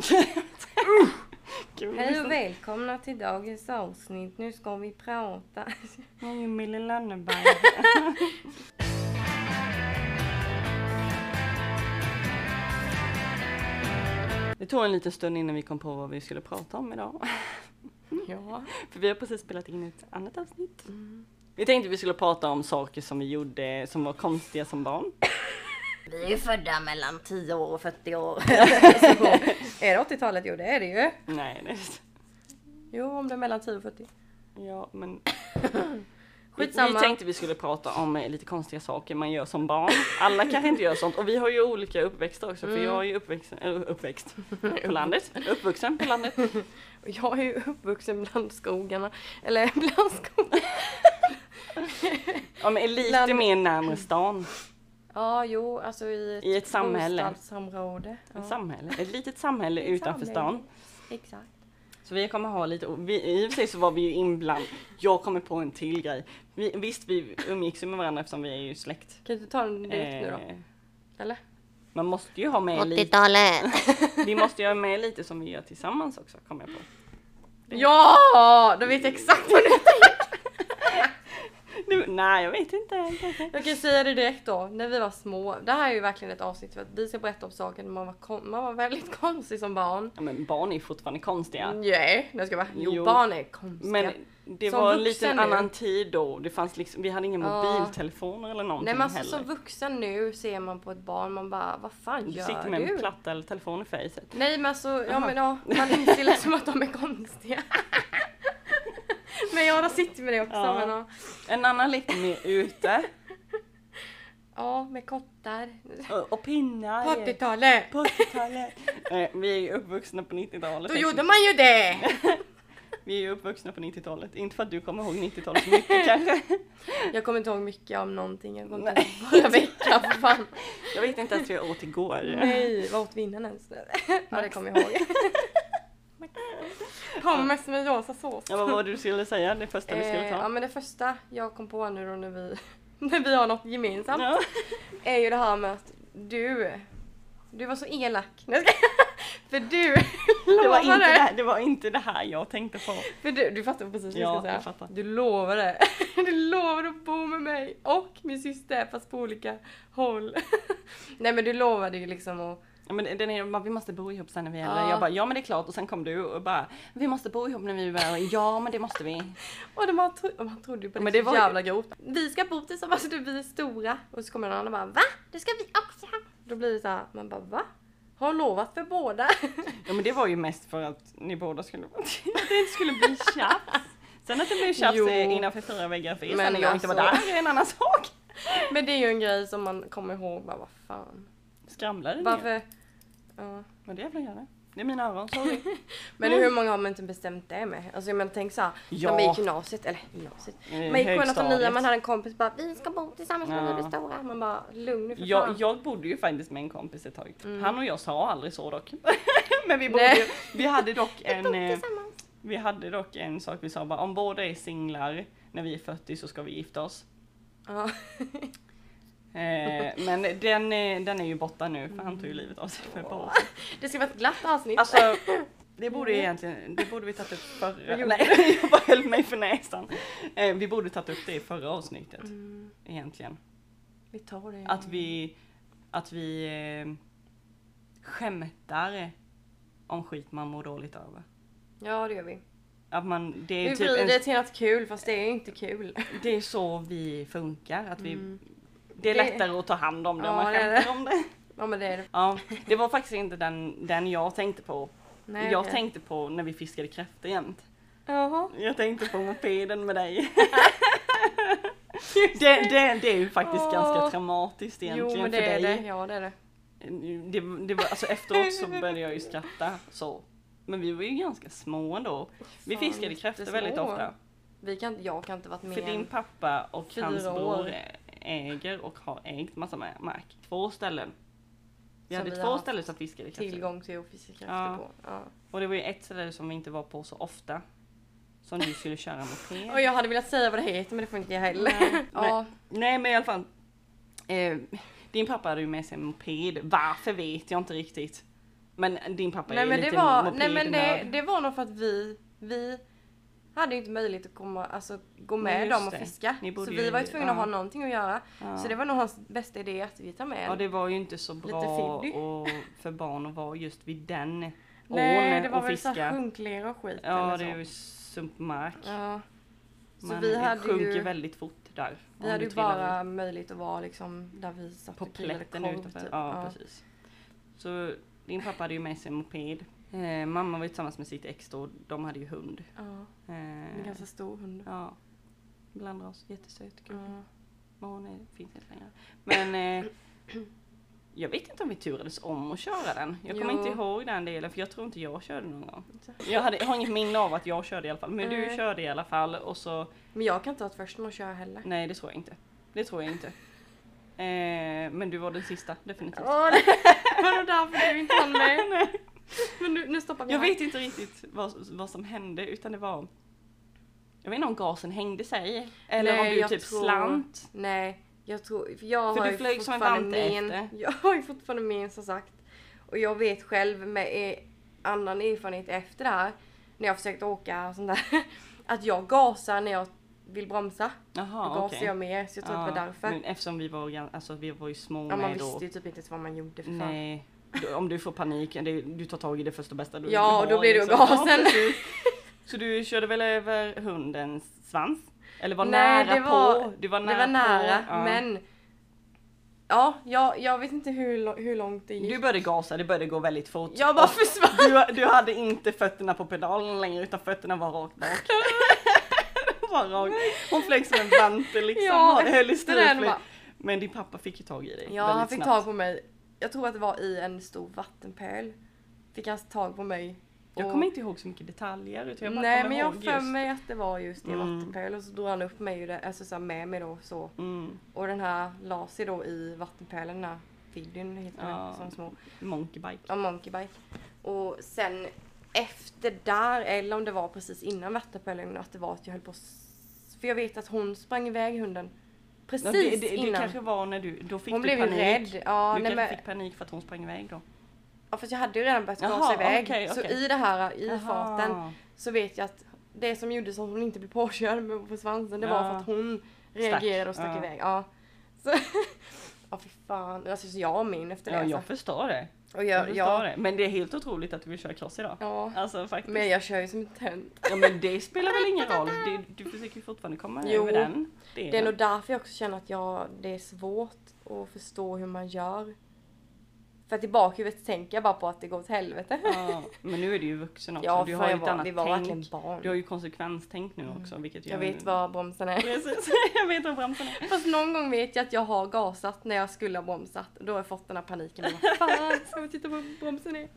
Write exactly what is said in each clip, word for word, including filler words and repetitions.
Hej och välkomna till dagens avsnitt. Nu ska vi prata. Jag är Mille Lönneberg. Det tog en liten stund innan vi kom på vad vi skulle prata om idag. Ja. För vi har precis spelat in ett annat avsnitt. Mm. Vi tänkte att vi skulle prata om saker som vi gjorde som var konstiga som barn. Vi är ju födda mellan tio år och fyrtio år. Så, är det åttiotalet? Jo, det är det ju. Nej, det är det. Jo, om det är mellan tio och fyrtio. Ja, men... Skitsamma. Vi, vi tänkte vi skulle prata om eh, lite konstiga saker man gör som barn. Alla kanske inte gör sånt. Och vi har ju olika uppväxter också. Mm. För jag är ju uppväxt, äh, uppväxt på landet. Uppvuxen på landet. Och jag är ju uppvuxen bland skogarna. Eller bland skogarna. Ja, men lite bland... mer närmare stan. Ja, jo, alltså i ett, I ett samhälle. bostadsområde. Ja. Ett samhälle. Ett litet samhälle ett utanför samhälle. stan. Exakt. Så vi kommer ha lite, vi, i och för sig så var vi ju inbland. Jag kommer på en till grej. Vi, visst, vi umgicks ju med varandra eftersom vi är ju släkt. Kan du ta den direkt Eh, nu då? Eller? Man måste ju ha med lite. åttiotalet. Vi måste ju ha med lite som vi gör tillsammans också, kommer jag på. Det. Ja! Då vet jag exakt vad du Nu, nej, jag vet inte. Jag kan säga det direkt då, när vi var små. Det här är ju verkligen ett avsnitt för att vi ska berätta om saker när man var, kon- man var väldigt konstig som barn. Ja, men barn är fortfarande konstiga. Nej, det ska vara. Jo, Jo, barn är konstiga. Men det som var en vuxen liten nu. annan tid då. Det fanns liksom, vi hade inga Ja. mobiltelefoner eller någonting. Nej, men alltså heller. som vuxen nu ser man på ett barn, man bara, vad fan Du gör sitter med du? en platta eller telefon i facet. Nej, men alltså, ja Jaha. men ja, man inser liksom att de är konstiga. Men jag har sitter med det också. Ja. Men, ja. En annan lite mer ute. ja, med kottar. Och, och pinnar. På åttiotalet. På åttiotalet. Eh, vi är ju uppvuxna på nittiotalet. Då gjorde man ju det! Vi är ju uppvuxna på nittiotalet. Inte för att du kommer ihåg nittiotalet så mycket kanske. Jag kommer inte ihåg mycket om någonting. Jag kommer inte ihåg bara vecka, för fan. Jag vet inte att vi åt igår. Nej, vad åt vi innan ens? Ja, det kommer jag ihåg. Pommes med rosa sås. Ja, vad var det du skulle säga? Det första vi skulle Eh, ta. ja, men det första jag kom på nu då när vi, när vi har något gemensamt Ja. är ju det här med att du, du var så elak. Nej, för du Det var, inte det, lovade. här, det var inte det här jag tänkte på. För du, du fattar precis vad Ja, jag ska säga. jag fattar. Du lovade. Du lovade att bo med mig och min syster fast på olika håll. Nej, men du lovade ju liksom att... Ja, men den är, vi måste bo ihop sen när vi är äldre. Ja. Jag bara, ja men det är klart. Och sen kom du och bara, vi måste bo ihop när vi är äldre. Ja men det måste vi. Och de man, tro, man trodde ju på det, Men det det så var ju- jävla grovt. Vi ska bo tillsammans, du, vi är stora. Och så kommer någon och bara, va? Det ska vi också. Då blir det så här, man bara, va? Har hon lovat för båda? Ja men det var ju mest för att ni båda skulle, att det inte skulle bli tjafs. Sen att det blev tjafs Jo. innanför fyra väggar för er Men sen när jag inte var alltså- där är en annan sak. Men det är ju en grej som man kommer ihåg, bara, vad fan. Skramlade ni? Varför? Ja. Vad det jävla gör det? Det är mina öron, sorry. Men hur många har man inte bestämt det med? Alltså jag menar, tänk såhär, Ja. när man gick gymnasiet, eller gymnasiet. Eh, Man gick på en och högstadiet. nio, man hade en kompis bara, vi ska bo tillsammans när vi Ja. blir stora. Man bara, lugn nu för fan. Jag, jag bodde ju faktiskt med en kompis ett tag. Mm. Han och jag sa aldrig så dock. Men vi bodde Nej. ju, vi hade dock Vi en, bor eh, tillsammans. vi hade dock en sak vi sa bara, om båda är singlar när vi är fyrtio så ska vi gifta oss. Ja. Eh, men den, är- den är ju borta nu för han tog ju livet av sig för ett par år sedan. Det ska vara ett glatt avsnitt. Alltså, det borde egentligen, det borde vi tagit upp förra, Vad gjorde nej jag bara höll mig för näsan. Eh, vi borde tagit upp det i förra avsnittet, Mm, egentligen. vi tar det. Att vi, att vi eh, skämtar om skit man mår dåligt över. Ja, det gör vi. Att man, det är Vi typ vrider det en, till något kul, fast det är inte kul. det är så vi funkar, att vi, Mm. det är Det- lättare att ta hand om det om Ja, man det är skämtar om det. Ja, men det är det. Ja, det var faktiskt inte den, den jag tänkte på. Nej, jag okej. tänkte på när vi fiskade kräftor jämt. Jaha. Jag tänkte på mopeden med dig. det, det, det är ju faktiskt Åh. ganska traumatiskt egentligen Jo, men det för är dig. det. Ja, det är det. Det, det var, alltså efteråt så började jag ju skratta så. Men vi var ju ganska små ändå. Vi Fan, fiskade kräftor jättesmå. väldigt ofta. Vi kan, jag kan inte varit med För din än. pappa och fyra hans bror år. äger och har ägt massa mark. Två ställen. Vi Som hade vi två har haft ställen som fiskade kräftor. Tillgång till att fiska kräftor Ja. på. Ja. Och det var ju ett ställe som vi inte var på så ofta. Som du skulle köra moped. Och jag hade velat säga vad det heter, men det får inte jag heller. Nej, Ja. Nej men i alla fall. Eh, din pappa hade ju med sig en moped. Varför vet jag inte riktigt. Men din pappa Nej är men lite det var, moped nej men det, nörd. det var nog för att vi, vi hade ju inte möjlighet att komma, alltså, gå med Nej, just dem och det. fiska. Ni borde Så ju- vi var ju tvungna ja. att ha någonting att göra. Ja. Så det var nog hans bästa idé att vi tar med Ja, en. det var ju inte så bra Fiddy. och för barn att vara just vid den Nej, ån det var och väl så fiska. här sjunklera och skit Ja, eller det är så. ju sumpmark. Ja. Så Man vi hade sjunker ju, väldigt fort där. vi om hade du ju trillar bara möjlighet att vara liksom där vi satt på och grillade plätten korv, utanför. typ. Ja, precis. Så din pappa hade ju med sig en moped. Eh, mamma var ju tillsammans med sitt ex då. De hade ju hund. Ja, Eh, en ganska stor hund. ja. Blandras, jättesöt. Gud. Ja. Men hon är, finns inte längre. Men eh, jag vet inte om vi turades om att köra den. Jag kommer Jo. inte ihåg den delen för jag tror inte jag körde någon gång. Jag, hade, jag har inget minne av att jag körde i alla fall. Men du Nej. körde i alla fall och så... Men jag kan inte ha varit först med att köra heller. Nej, det tror jag inte. Det tror jag inte. Eh, men du var den sista, definitivt. Åh, det var nog därför du inte hann med. Nej. Men nu, nu stoppar vi Jag här. vet inte riktigt vad, vad som hände utan det var... Jag vet inte om gasen hängde sig. Eller Nej, om du jag typ tror- slant. Nej, jag tror... För, jag För har du ju flög som en fortfarande vante min, efter. Jag har ju fortfarande min som sagt. Och jag vet själv med eh, annan erfarenhet efter det här. När jag försökt åka och sånt där. Att jag gasar när jag vill bromsa. Då Jaha, gasar okej. jag mer. Så jag tror att det var därför. Men eftersom vi var, gan- alltså, vi var ju små Ja, man med då. visste ju typ inte vad man gjorde för fan. Nej. Då- Om du får panik, det, du tar tag i det första bästa du Ja, du och då har, blir det liksom. gasen. Ja, precis. Så du körde väl över hundens svans? Eller var Nej, nära det var- på? Du var Det nära var nära, på. Ja. men... Ja, jag, jag vet inte hur, lo- hur långt det gick. Du började gasa, det började gå väldigt fort. Jag bara Och försvann. du, du hade inte fötterna på pedalen längre utan fötterna var rakt bak. var rakt. Hon flög som en vante liksom. Ja, Ja, höll i efter den styrflyg. bara- Men din pappa fick ju tag i dig. Ja, han väldigt fick snabbt. tag på mig. Jag tror att det var i en stor vattenpöl. Fick han tag på mig. Jag och- kommer inte ihåg så mycket detaljer. Utan jag bara Nej, kommer men jag ihåg för just. mig att det var just i Mm. vattenpöl. Och så drog han upp mig, ur det, alltså så här med mig då så. Mm. Och den här la sig då i vattenpölen, den här Fiddyn heter Ja. den, som små. Monkey bike. Ja, monkey bike. Och sen efter där, eller om det var precis innan vattenpölen, att det var att jag höll på s- för jag vet att hon sprang iväg hunden. Precis Ja, det, det, det innan. kanske var när du, då fick Hon du blev ju panik. rädd. Ja, du nej, kanske men, fick panik för att hon sprang iväg då. ja, fast jag hade ju redan börjat Jaha, gasa iväg. okej, Så okej. i det här, i Jaha. farten, så vet jag att det som gjorde så att hon inte blev påkörd med på svansen, det var Ja. för att hon reagerade och stack Ja. iväg. Ja. Så, ja fy fan. Alltså så jag min efter det. Ja, jag alltså. förstår det. Och Jag jag, förstår jag, det. Men det är helt otroligt att du vill köra cross idag. ja. Alltså faktiskt. Men jag kör ju som en tönt. Ja men det spelar väl ingen roll. Du, du försöker ju fortfarande komma Jo. över den delen. Det är nog därför jag också känner att jag, det är svårt att förstå hur man gör. För att i bakhuvudet tänker jag bara på att det går åt helvete. Ja, men nu är du ju vuxen också. Ja, du för har ju jag ett var, annat vi var tänk. verkligen barn. Du har ju konsekvenstänk nu också. Vilket Jag vet vad bromsen är. Precis, jag vet vad bromsen är. Fast någon gång vet jag att jag har gasat när jag skulle ha bromsat. Då har jag fått den här paniken. Vad fan, ska vi titta på vad bromsen är?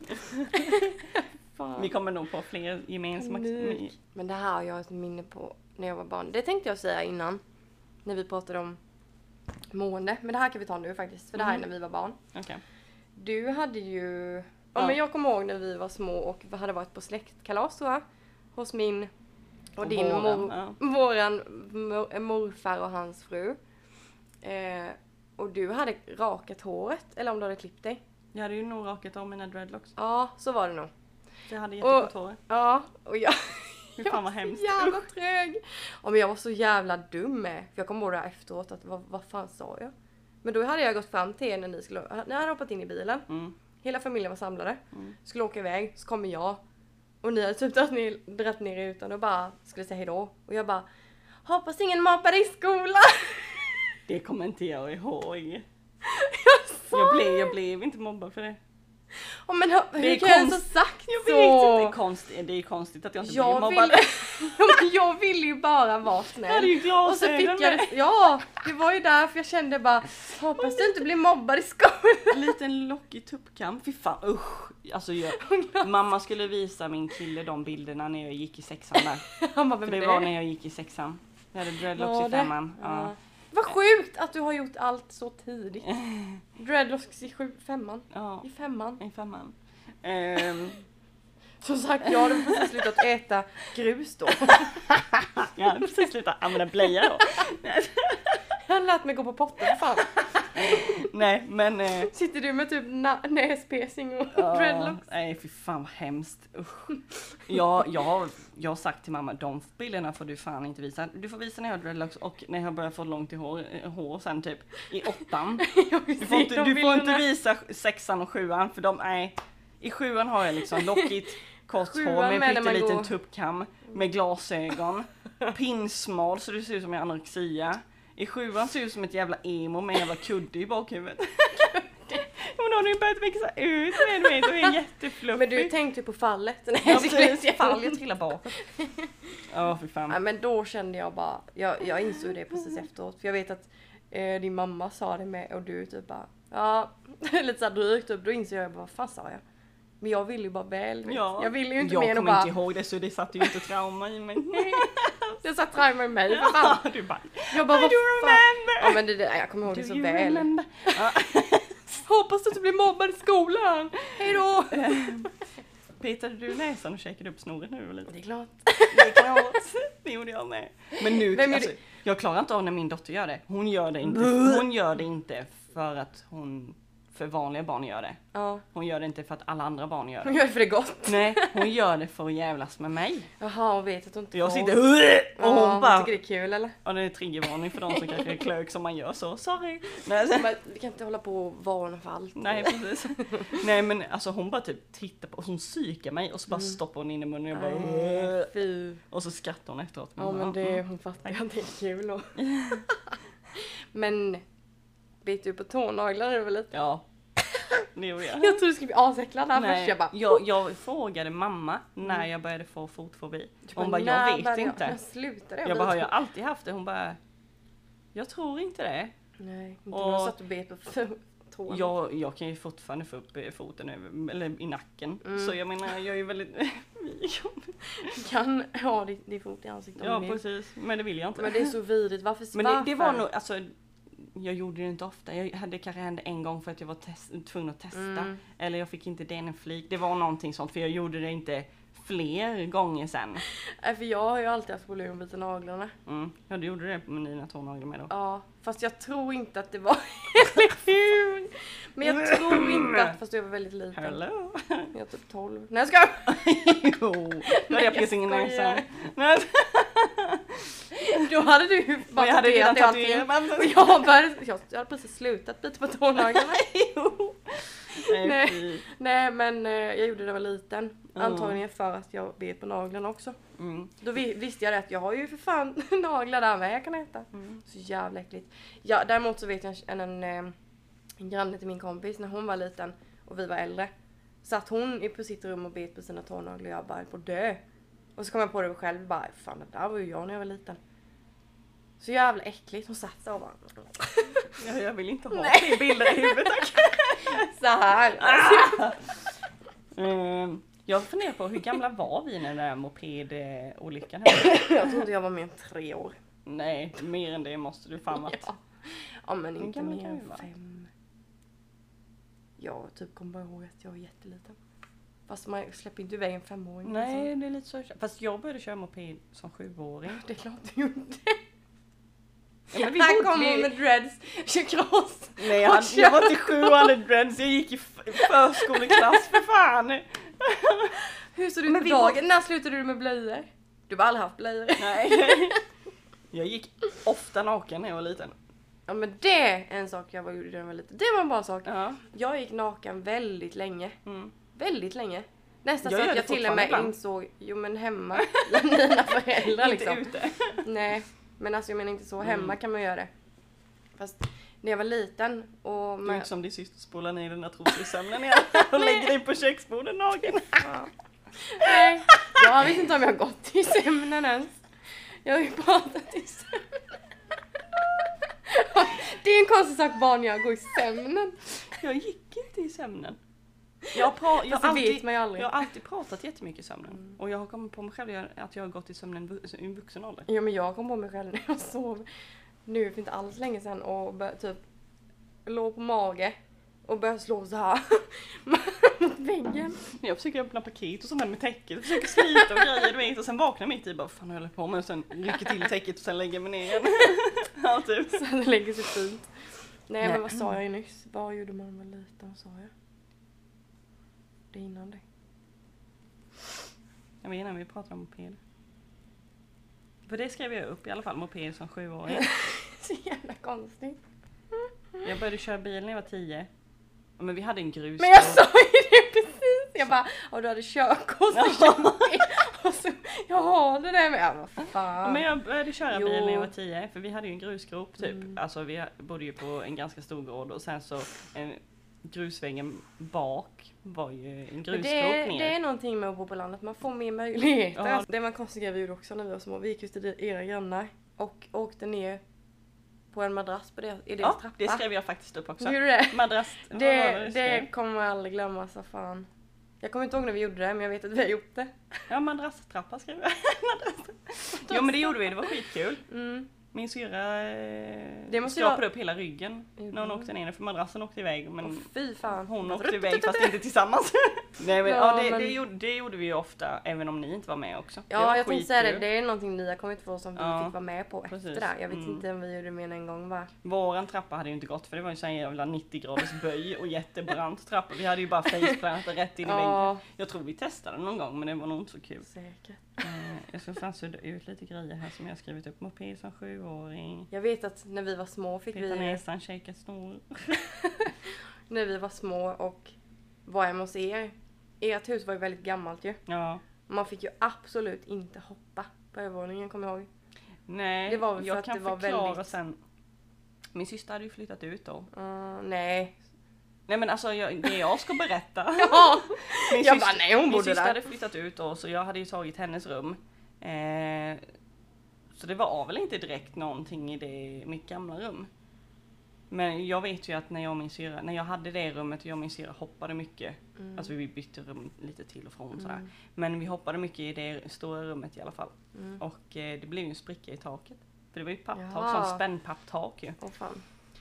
Fan. Vi kommer nog på fler gemensamma... Panik. Men det här har jag ett minne på när jag var barn. Det tänkte jag säga innan. När vi pratade om mående. Men det här kan vi ta nu faktiskt. För det här är Mm. när vi var barn. Okej. Du hade ju... Ja, Ja. men jag kommer ihåg när vi var små och vi hade varit på släktkalas tror jag. Hos min och, Och din våran, mor, ja. våran mor, morfar och hans fru. Eh, och du hade rakat håret. Eller om du hade klippt dig. Jag hade ju nog rakat av mina dreadlocks. Ja, så var det nog. Jag hade jättekort hår. Ja, och jag... Fy fan vad Jag var hemskt. så jävla trög. Ja, men jag var så jävla dum med. För jag kommer ihåg det här efteråt. Att, vad, vad fan sa jag? Men då hade jag gått fram till er när ni skulle... När jag hade hoppat in i bilen. Mm. Hela familjen var samlade. Mm. Skulle åka iväg. Så kommer jag. Och ni hade typ dragit ner, dragit ner rutan och bara skulle säga hejdå. Och jag bara... Hoppas ingen mobbar i skolan. Det kommer inte jag ihåg. Jag sa Jag blev, jag blev inte mobbad för det. Ja, men hur, Det är hur kan jag ens ha konst- sagt Jag så? vet inte, det är konstigt, det är konstigt att jag inte blev Jag mobbad. ville, ja, men jag ville ju bara vara snäll. Jag hade ju Och så fick glasögon jag med. det, ja, det var ju därför jag kände bara, hoppas du inte blir mobbad i skolan. En liten lockig tuppkam, fy fan usch. Alltså jag, mamma skulle visa min kille de bilderna när jag gick i sexan där. Han bara, För vem det är var det? när jag gick i sexan. Jag hade dreadlocks Var i det? femman. Ja. Ja. Vad sjukt att du har gjort allt så tidigt. Dreadlocks i sju, femman. Ja, I femman. i femman. Ehm, Som sagt, jag hade precis slutat äta grus då. jag hade precis slutat använda blöja då. Jag hade lärt mig gå på potten, fan. Nej, men... Eh, Sitter du med typ na- näspiercing och ja, dreadlocks? nej, fy fan vad hemskt. Usch. Jag, jag, har, jag har sagt till mamma, de bilderna får du fan inte visa. Du får visa när jag har dreadlocks och när jag börjar få långt i hår, hår sen typ i åttan. Du får, inte, du får inte visa sexan och sjuan för de är... I sjuan har jag liksom lockigt, kort hår med en pytteliten går... tuppkam med glasögon. Pinsmal så det ser ut som en anorexia. I sjuan ser ut som ett jävla emo med en jävla kudde i bakhuvudet. Men då har du börjat växa ut med mig, du är jättefluffig. Men du tänkte på fallet. Nej, jag precis, fall, jag trillar bakåt. Ja, oh, fy fan. Ja, men då kände jag bara, jag, jag insåg det precis efteråt. För jag vet att eh, din mamma sa det med och du typ bara, ja, lite såhär drygt upp. Då insåg jag bara, vad fan sa jag? Men jag ville ju bara väl. Ja. Jag ville ju inte jag mer än kommer bara... inte ihåg det så det satte ju inte trauma i mig. Det satt trauma i mig, för fan. Ja, du bara, jag bara, I do remember. Ja, men det där, jag kommer ihåg do det så you väl. Ja. Hoppas du inte blir mobbad i skolan. Hejdå! Petade du näsan och käkade upp snoret nu lite? Det är klart. Det är klart. Det gjorde jag med. Men nu, Vem alltså, gjorde... jag klarar inte av när min dotter gör det. Hon gör det inte, hon gör det inte för att hon, för vanliga barn gör det. Ja. Hon gör det inte för att alla andra barn gör det. Hon gör det för det gott. Nej, hon gör det för att jävlas med mig. Jaha, hon vet att hon inte Jag får. sitter och hon ja, bara... tycker det är kul eller? Ja, det är triggervarning för de som kanske är klök som man gör så. Sorry. Nej, så... Men, vi kan inte hålla på och varna för allt. Nej, precis. Nej, men alltså hon bara typ tittar på och hon psykar mig och så bara mm. stoppar hon in i munnen och jag bara... Nej, fy. Och så skrattar hon efteråt. Ja, men det, hon fattar att det är kul. Och... men, bet du på tånaglar är det väl lite? Ja. Det gjorde jag. Jag trodde du skulle bli asäcklad där först. Jag, bara, jag, jag frågade mamma när mm. jag började få fotfobi. Hon bara, jag vet inte. Jag slutade jag jag bara, har jag alltid haft det? Hon bara, jag tror inte det. Nej, inte och när jag satt och bet på tån. Jag, jag kan ju fortfarande få upp foten över, eller i nacken. Mm. Så jag menar, jag är väldigt... Du kan ha din, din fot i ansiktet. Ja, precis. Men det vill jag inte. Men det är så vidrigt. Varför? Men det, det var nog, alltså... Jag gjorde det inte ofta. Jag hade kanske hände en gång för att jag var test, tvungen att testa. Mm. Eller jag fick inte den en flik. Det var någonting sånt för jag gjorde det inte fler gånger sen. Nej, för jag har ju alltid haft problem med att bita naglarna. Mm. Ja, du gjorde det med dina tånaglar med då. Ja, fast jag tror inte att det var hur. Men jag tror inte att, fast jag var väldigt liten. Hello. Jag är typ tolv. Nej, jag ska. Jo, då hade jag piercing i näsan. Då hade du ju bara jag hade redan tatuerat allting. Och jag, började, jag hade precis slutat bita på tånaglarna. Nej, nej, nej, men eh, jag gjorde det när jag var liten. Mm. Antagligen för att jag bet på naglarna också. Mm. Då vi, visste jag det att jag har ju för fan naglar där med jag kan äta. Mm. Så jävla äckligt. Ja, däremot så vet jag en, en, en, en granne till min kompis när hon var liten och vi var äldre. Satt hon på sitt rum och bet på sina tånaglar och jag bara på dö. Och så kom jag på det själv bara, fan det där var ju jag när jag var liten. Så jävla äckligt. Hon satt så och bara... Ja, jag vill inte ha fler bilder i huvudet, tack. Så här. Ah! mm, jag funderar på hur gamla var vi när den där mopedolyckan hände? Jag trodde jag var mer än tre år. Nej, mer än det måste du fan varit. Ja. Ja, men inte mer än fem. Jag typ kommer bara ihåg att jag var jätteliten. Fast man släpper inte iväg en femåring. Nej, liksom. Det är lite så. Fast jag började köra moped som sjuåring. Det är klart du gjorde. Ja, men vi här kommer hon med dreads, kör cross. Nej, jag, hade, jag var inte sju och hade dreads. Jag gick i förskoleklass för fan. Hur såg du ut på dagen? Var... När slutade du med blöjor? Du har aldrig haft blöjor. Nej. Jag gick ofta naken när jag var liten. Ja, men det är en sak jag var gjorde när jag var liten. Det var en bra sak. Ja. Jag gick naken väldigt länge. Mm. Väldigt länge. Nästan jag så att jag till och med ibland. insåg, jo men hemma, mina föräldrar liksom. Inte ute. Nej, men alltså jag menar inte så. Hemma mm. kan man göra det. Fast när jag var liten och... Du är inte som din syster spolar ner den där trosesömnen igen och lägger dig på köksbordet naken. Ja. Nej, jag vet inte om jag har gått i sömnen ens. Jag har ju pratat i sömnen. Det är en konstig sak barn jag går i sömnen. Jag gick inte i sömnen. Jag, pra- jag, alltså, alltid, vet man ju aldrig. jag har alltid pratat jättemycket i sömnen. Mm. Och jag har kommit på mig själv att jag har gått i sömnen i vuxen ålder. Ja, men jag kom på mig själv när jag sov. Nu för inte alls länge sedan och bör, typ låg på mage och började slå så här mot väggen. Jag försöker öppna paket och sånt där med täcket. Försöker slita och grejer, du vet. Och sen vaknar mitt i bara, fan jag håller på med. Och sen rycker till täcket och sen lägger mig ner igen. Ja, typ. Så det lägger sig fint. Nej, men vad sa jag ju nyss? Vad gjorde man med liten, sa jag? Det innan det. Jag vet innan vi pratade om moped. För det skrev jag upp i alla fall, moped som sjuåring. Så jävla konstigt. Jag började köra bil när jag var tio. Men vi hade en grus. Men jag sa ju det precis. Jag bara, och du hade körkort så och så, jag har det där med. Ja, vad fan. Men jag började köra bil Jo. när jag var tio. För vi hade ju en grusgrop typ. Mm. Alltså vi bodde ju på en ganska stor gård. Och sen så en grusväggen bak var ju en grusgrop Men det, är, ner. det är någonting med att bo på landet. Man får mer möjligheter. Ja. Det var en konstig grej vi gjorde också när vi var små. Vi gick just till era grannar och åkte ner på en madrass på deras, i deras Ja, trappa. det skrev jag faktiskt upp också. Du gjorde det? Madrass. vad var Det, du det skrev? kommer jag aldrig glömma, så fan. Jag kommer inte ihåg när vi gjorde det, men jag vet att vi har gjort det. Ja, madrasstrappa skrev jag. Jo, men det gjorde vi. Det var skitkul. Mm. Min syrra eh, Det måste skrapade vara- upp hela ryggen när hon åkte ner för madrassen åkte iväg. Men Åh, fy fan. hon åkte iväg fast inte tillsammans. Nej, men, Ja, ja, det, men- Det, gjorde, det gjorde vi ju ofta även om ni inte var med också. Det Ja, var jag tänkte säga det. skitkul. Det är någonting ni har kommit på som vi Ja, fick vara med på precis. efter det. Jag vet Mm. inte om vi gjorde mer än en gång va? Våran trappa hade ju inte gått för det var ju så en jävla nittio graders böj och jättebrant trappa. Vi hade ju bara faceplantat rätt in i väggen. Ja, Jag tror vi testade någon gång men det var nog inte så kul. säkert. Eh, jag ska fan sudda ut lite grejer här som jag har skrivit upp. Moped som sjuåring. Jag vet att när vi var små fick Peta vi... näsan, shaka snor. När vi var små och var hemma hos er. Ert hus var ju väldigt gammalt ju. Ja. Man fick ju absolut inte hoppa på övervåningen, kommer jag ihåg. Nej, Det var väl för jag att kan det var förklara väldigt- sen. Min syster hade ju flyttat ut då. Uh, nej. Nej men alltså jag, det jag ska berätta. Ja, Min jag syster- bara nej hon Min bodde syster där. hade flyttat ut då så jag hade ju tagit hennes rum. Eh, så det var väl inte direkt någonting i det, mitt gamla rum. Men jag vet ju att när jag och min syra, när jag hade det rummet och jag och min syra hoppade mycket. Mm. Alltså vi bytte rum lite till och från Mm. sådär. Men vi hoppade mycket i det stora rummet i alla fall. Mm. Och eh, det blev ju en spricka i taket. För det var ju papptak, Jaha. sån spännpapptak ju. Åh fan.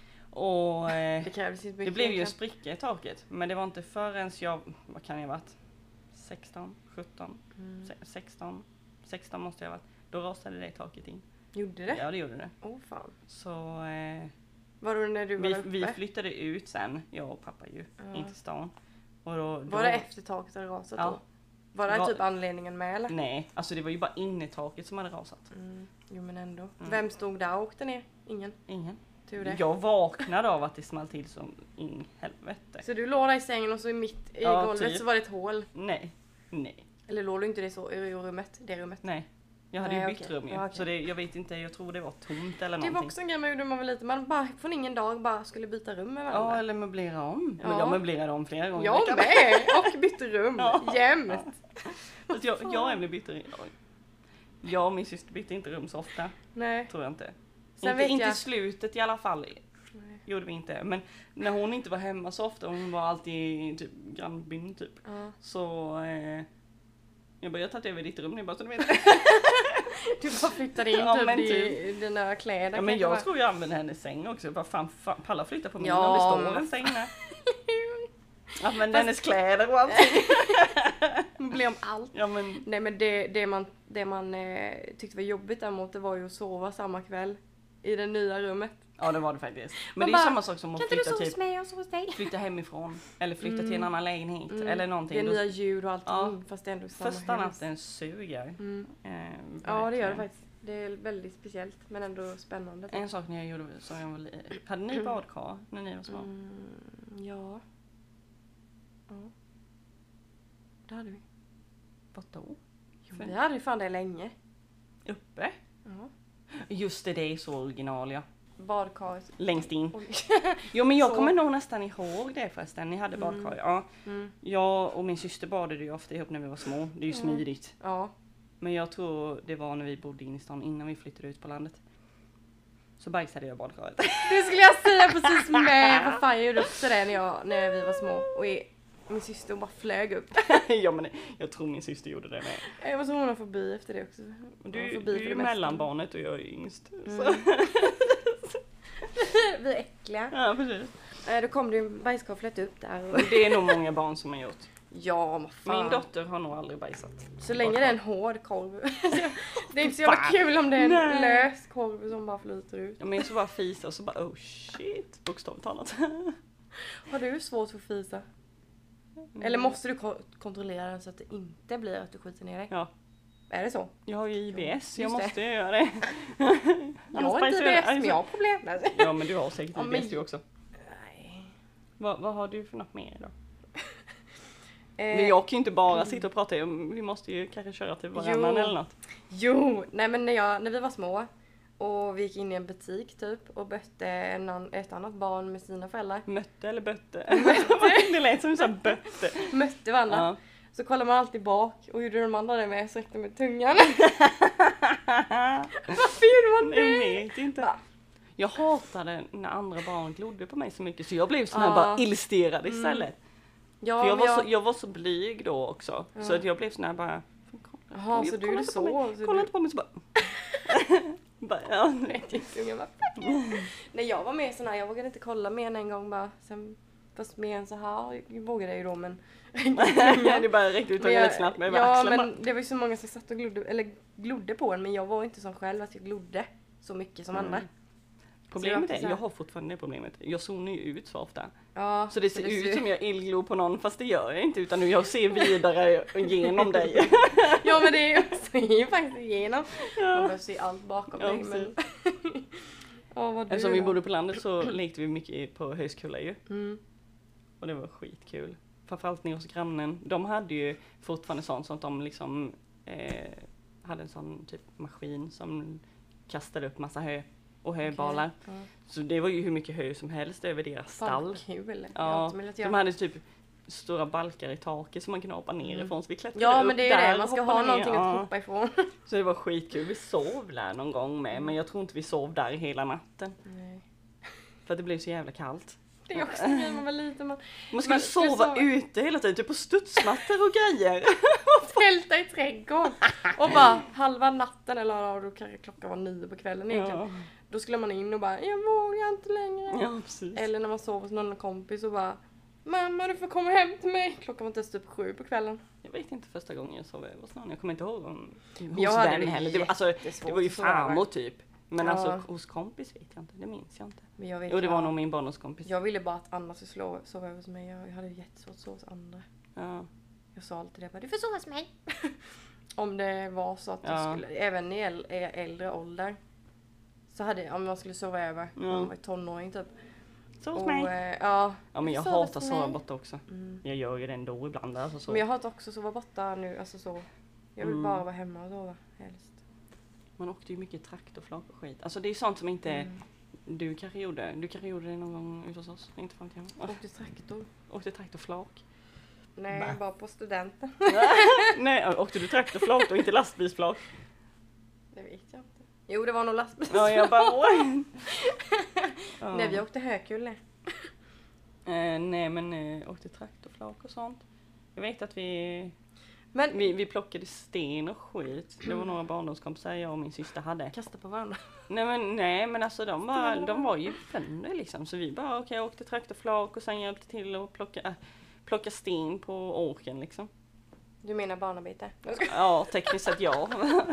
Och eh, Det krävdes inte det mycket. blev ju en egentligen. spricka i taket. Men det var inte förrän jag, vad kan jag ha varit? sexton, sjutton, Mm. se- sexton, sexton måste jag ha varit. Då rasade det taket in. Gjorde det? Ja det gjorde det. Åh fan. Så eh, Var det när du var vi, uppe? vi flyttade ut sen, jag och pappa ju, Ja. in till stan. Och då, då, Var det efter taket hade rasat Ja. då? Var det Var- typ anledningen med eller? Nej, alltså det var ju bara innetaket som hade rasat. Mm. Jo men ändå. Mm. Vem stod där och åkte ner? Ingen? Ingen. Tur det. Jag vaknade av att det small till som in helvete. Så du låg där i sängen och så i mitt i Ja, golvet typ. så var det ett hål? Nej, nej, Eller låg du inte det så i rummet? Det rummet? nej. Jag hade Nej, ju bytt okej. rum ju. Ja, okej. Så det, jag vet inte, jag tror det var tomt eller Det var någonting. också en grej man gjorde när man var liten. Man bara från ingen dag bara skulle byta rum med Ja, varandra. eller möblera om. Ja. Men jag möblerade om flera gånger. Jag veckan. med! Och bytte rum Ja. jämt. Så att jag, jag och Emily bytte oj. Jag och min syster bytte inte rum så ofta. Nej. Tror jag inte. Sen inte vet inte i jag- slutet i alla fall. Nej. Gjorde vi inte. Men när hon inte var hemma så ofta, hon var alltid i typ grannbyn typ. Ja. Så eh, jag började ta över ditt rum nu bara så du vet. Du bara flyttade in Ja, typ, men i typ. dina kläder. Ja, men kanske jag bara. tror jag använder hennes säng också. Vad fan, fan palla flytta på min Ja, om det står men- en säng där. Använder Fast- hennes kläder och allting. Blir om allt. Ja men Nej men det, det man, det man eh, tyckte var jobbigt däremot det var ju att sova samma kväll i det nya rummet. ja det var det faktiskt. Men Man det är bara, samma sak som att Kan inte du flytta, sova typ, hos mig och sova hos dig? flytta hemifrån. Eller flytta till en Mm. annan lägenhet. Mm. Eller någonting. Det är Då- nya ljud och allting Ja. fast det är ändå samma Första hus. natten suger. Mm. Eh, Ja det gör det verkligen. faktiskt. Det är väldigt speciellt men ändå spännande. En sak när jag gjorde som jag var li- hade ni badkar när ni var små? Mm, ja. Ja. Det hade vi. Vad då? Jo, vi hade ju fan det länge. Uppe? Ja. Just det, det är så original ja. Badkaret. Längst in. Oj. Jo men jag Så. kommer nog nästan ihåg det förresten. Ni hade Mm. badkar. Ja. Mm. Jag och min syster badade ju ofta ihop när vi var små. Det är ju Ja. smidigt. Ja. Men jag tror det var när vi bodde in i stan innan vi flyttade ut på landet. Så bajsade jag i badkaret. Det skulle jag säga precis med. Vad fan jag gjorde också det när, jag, när vi var små. Och i, min syster bara flög upp. Ja men jag tror min syster gjorde det med. Jag var så homofobi efter det också. Du, Jag var du fobi är för ju det mesta. mellanbarnet och jag är yngst. Så. Mm. Vi är äckliga. Ja precis. Eh, Då kom det ju en bajskorv flöt upp där. Och Och det är nog många barn som har gjort. Ja, men fan. Min dotter har nog aldrig bajsat. Så länge det är en hård korv. Det är inte så jävla kul om det är en Nej. lös korv som bara flyter ut. Ja, men så bara fisa och så bara oh shit, bokstavligt talat. Har du svårt för att fisa? Mm. Eller måste du ko- kontrollera den så att det inte blir att du skjuter ner dig? Ja. Är det så? Jag har ju I B S, jag Just måste det. göra det. Jag har inte I B S, men jag har problem. Ja, men du har säkert I B S men... du också. Nej. Vad, vad har du för något mer då? Eh, men jag kan ju inte bara sitta och prata, vi måste ju kanske köra till varannan eller något. Jo, nej men när, jag, när vi var små och vi gick in i en butik typ och mötte en an, ett annat barn med sina föräldrar. Mötte eller bötte? Mötte. Det lät som så bötte. Mötte varandra. Ja. Så kollar man alltid bak och gjorde de andra det med så räckte med tungan. Varför gjorde man det? Jag vet inte. Ja. Jag hatade när andra barn glodde på mig så mycket så jag blev sån här ja. bara illustrerad istället. Mm. Ja, för jag var, jag... Så, jag var så blyg då också. Ja. Så att jag blev sån här bara... Jaha, så du är så? så kolla inte på mig så bara... bara ja. Nej, jag var med sån här. Jag vågade inte kolla mer än en gång bara. Sen, fast mer än så här jag vågade jag ju då, men... det bara räckte ut och lite snabbt med Ja, axeln, men det var ju så många som satt och glodde, eller glodde på en. Men jag var inte som själv att jag glodde så mycket som mm. andra. Problemet är, jag har fortfarande det problemet. Jag zonar ju ut så ofta. Ja, så det ser det ut ser... som jag illglor på någon, fast det gör jag inte. Utan jag ser vidare genom dig. Ja, men det är också ju faktiskt igenom. Ja. Man behöver se allt bakom ja, dig. Men... ja, vad du Eftersom vi bodde på landet så lekte vi mycket på Högskola ju. Mm. Och det var skitkul. Framförallt nere hos grannen. De hade ju fortfarande sånt som de liksom eh, hade en sån typ maskin som kastade upp massa hö. Och höbalar. Okay. Ja. Så det var ju hur mycket hö som helst över deras stall. Kul. Ja, de hade typ stora balkar i taket som man kunde hoppa ner mm. ifrån. Så vi klättrade ja, upp men det är där det. Man ska ha någonting ja. att hoppa ifrån. Så det var skitkul. Vi sov där någon gång med. Men jag tror inte vi sov där hela natten. Nej. För att det blev så jävla kallt. Det är också när man var liten. Man, man skulle man sova, sova ute hela tiden. Typ på studsmattor och grejer. Tälta i trädgården. Och bara halva natten. Eller då kanske klockan var nio på kvällen egentligen. Ja. Då skulle man in och bara, jag vågar inte längre. Ja, precis. Eller när man sov hos någon kompis och bara, mamma du får komma hem till mig. Klockan var inte typ sju på kvällen. Jag vet inte första gången jag sov över hos någon. Jag kommer inte ihåg om hos jag vem heller. Det var, alltså, det var ju farmor typ. Men ja. alltså hos kompis vet jag inte. Det minns jag inte. Men jag vet jo, det var jag, nog min barndomskompis. Jag ville bara att Anna skulle slå, sova över hos mig. Jag hade jättesvårt att sova hos andra. Ja. Jag sa alltid det. Bara, du får sova hos mig. Om det var så att ja. jag skulle, även i äldre ålder. Så hade om man skulle sova över. Ja. Man var tonåring typ. Sova hos mig. Äh, ja. Ja, men jag hatar sova borta också. Mm. Jag gör ju det ändå ibland. Alltså, så. Men jag hatar också sova borta nu. Alltså så. Jag vill mm. bara vara hemma och sova helst. Man åkte ju mycket traktorflak och skit. Alltså det är sånt som inte mm. du kanske gjorde. Du kanske gjorde det någon gång ute hos oss. Inte fan jag. Åkte traktor. Åkte traktorflak. Nej, Bä. bara på studenten. Nej, åkte du traktorflak och inte lastbilsflak? Det vet jag inte. Jo, det var nog lastbilsflak. Ja, jag bara oj. ja. Nej, vi åkte hökulle. Eh, nej, men eh, åkte traktorflak och sånt. Jag vet att vi... Men vi, vi plockade sten och skit. Det var några barndomskompisar jag och min syster hade. Kasta på varandra. Nej men, nej, men alltså de var, de var ju vänner liksom. Så vi bara okej, okay, åkte traktorflak och sen hjälpte till att plocka, äh, plocka sten på åken liksom. Du menar barnarbete? Ja, tekniskt sett ja.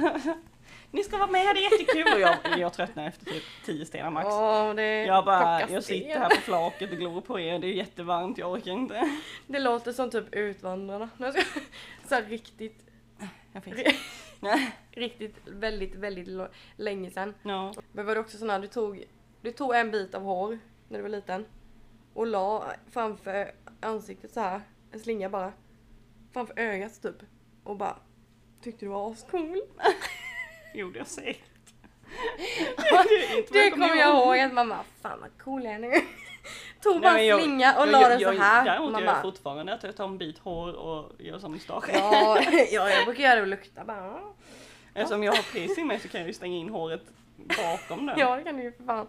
Ni ska vara med, det är jättekul. Och jag, jag tröttnar efter typ tio stenar max. Åh, det jag bara, jag sitter här på flaket och glor på er. Det är jättevarmt, jag orkar inte. Det låter som typ Utvandrarna. Så här riktigt... Jag vet. Riktigt, väldigt, väldigt l- länge sedan. Ja. Men var det också sån här, du tog, du tog en bit av hår när du var liten. Och la framför ansiktet så här, en slinga bara. Framför ögat typ. Och bara, tyckte du var ascool. Gjorde jag säkert. Det kommer jag ihåg att mamma, fan vad cool jag är nu. Tog bara en slinga och jag, la den så här. Däremot gör jag fortfarande att jag tar en bit hår och gör som mustasch. Ja, ja, jag brukar göra det och lukta bara. Eftersom jag har piercing med så kan jag ju stänga in håret bakom den. Ja, det kan du ju för fan.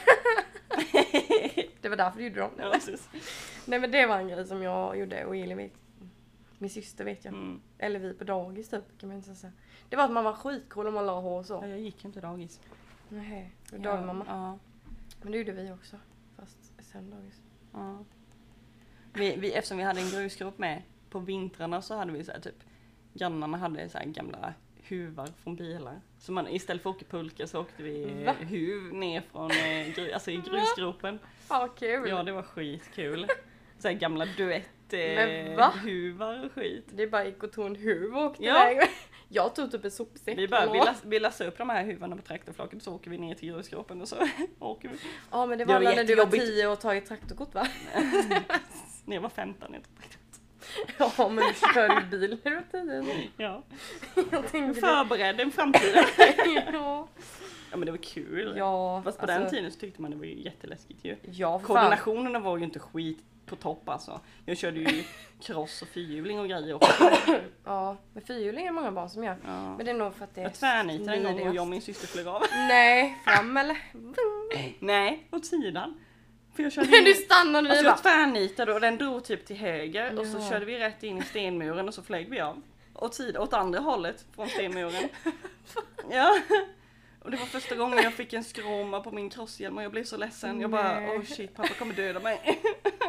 Det var därför du gjorde dem. Ja, precis. Nej, men det var en grej som jag gjorde och Elin vet. Min syster vet jag. Mm. Eller vi på dagis typ, kan man inte säga. Det var att man var skitcool om man la hår så. Ja, jag gick inte dagis. Nej, det var ja, mamma. Ja. Men det gjorde vi också. Fast sen dagis. Ja. Vi, vi, eftersom vi hade en grusgrupp med på vintrarna så hade vi så här typ, grannarna hade så här gamla huvar från bilar. Så man, istället för att åka pulka så åkte vi Va? huv ner från, eh, gru, alltså i grusgropen. Ja, vad kul. Ja, det var skitkul. Så här gamla duett Men va? eh, huvar och skit. Det är bara gick och tog en huv och åkte Ja. iväg. Jag tog typ en sopsäck. Vi, bara, vi, Ja. las, vi lassade upp de här huvarna på traktorflaket så åker vi ner till grusgropen och så åker vi. Ja, men det Det var, var när du var jättejobbigt. tio och tagit traktorkort, va? När jag var femton. Jag tror. Ja, men du kör ju bil när du var tio. Ja. Jag tänkte Förberedde en framtid. ja. Ja men det var kul. Ja, Fast på alltså, den tiden så tyckte man det var ju jätteläskigt ju. Ja, för fan. Koordinationerna var ju inte skit på topp alltså. Jag körde ju cross och fyrhjuling och grejer också. Ja, men fyrhjuling är många barn som gör. Ja. Men det är nog för att det är Jag tvärnitade en gång och smidigast. jag och min syster flög av. Nej, fram eller? Nej, åt sidan. För jag körde Du ju... stannade vid Alltså bara. jag tvärnitade och den drog typ till höger och så Ja. körde vi rätt in i stenmuren och så flög vi av. Åt, sida, åt andra hållet från stenmuren. Ja. Och det var första gången jag fick en skråma på min crosshjälm och jag blev så ledsen. Jag bara, Nej. oh shit, pappa kommer döda mig.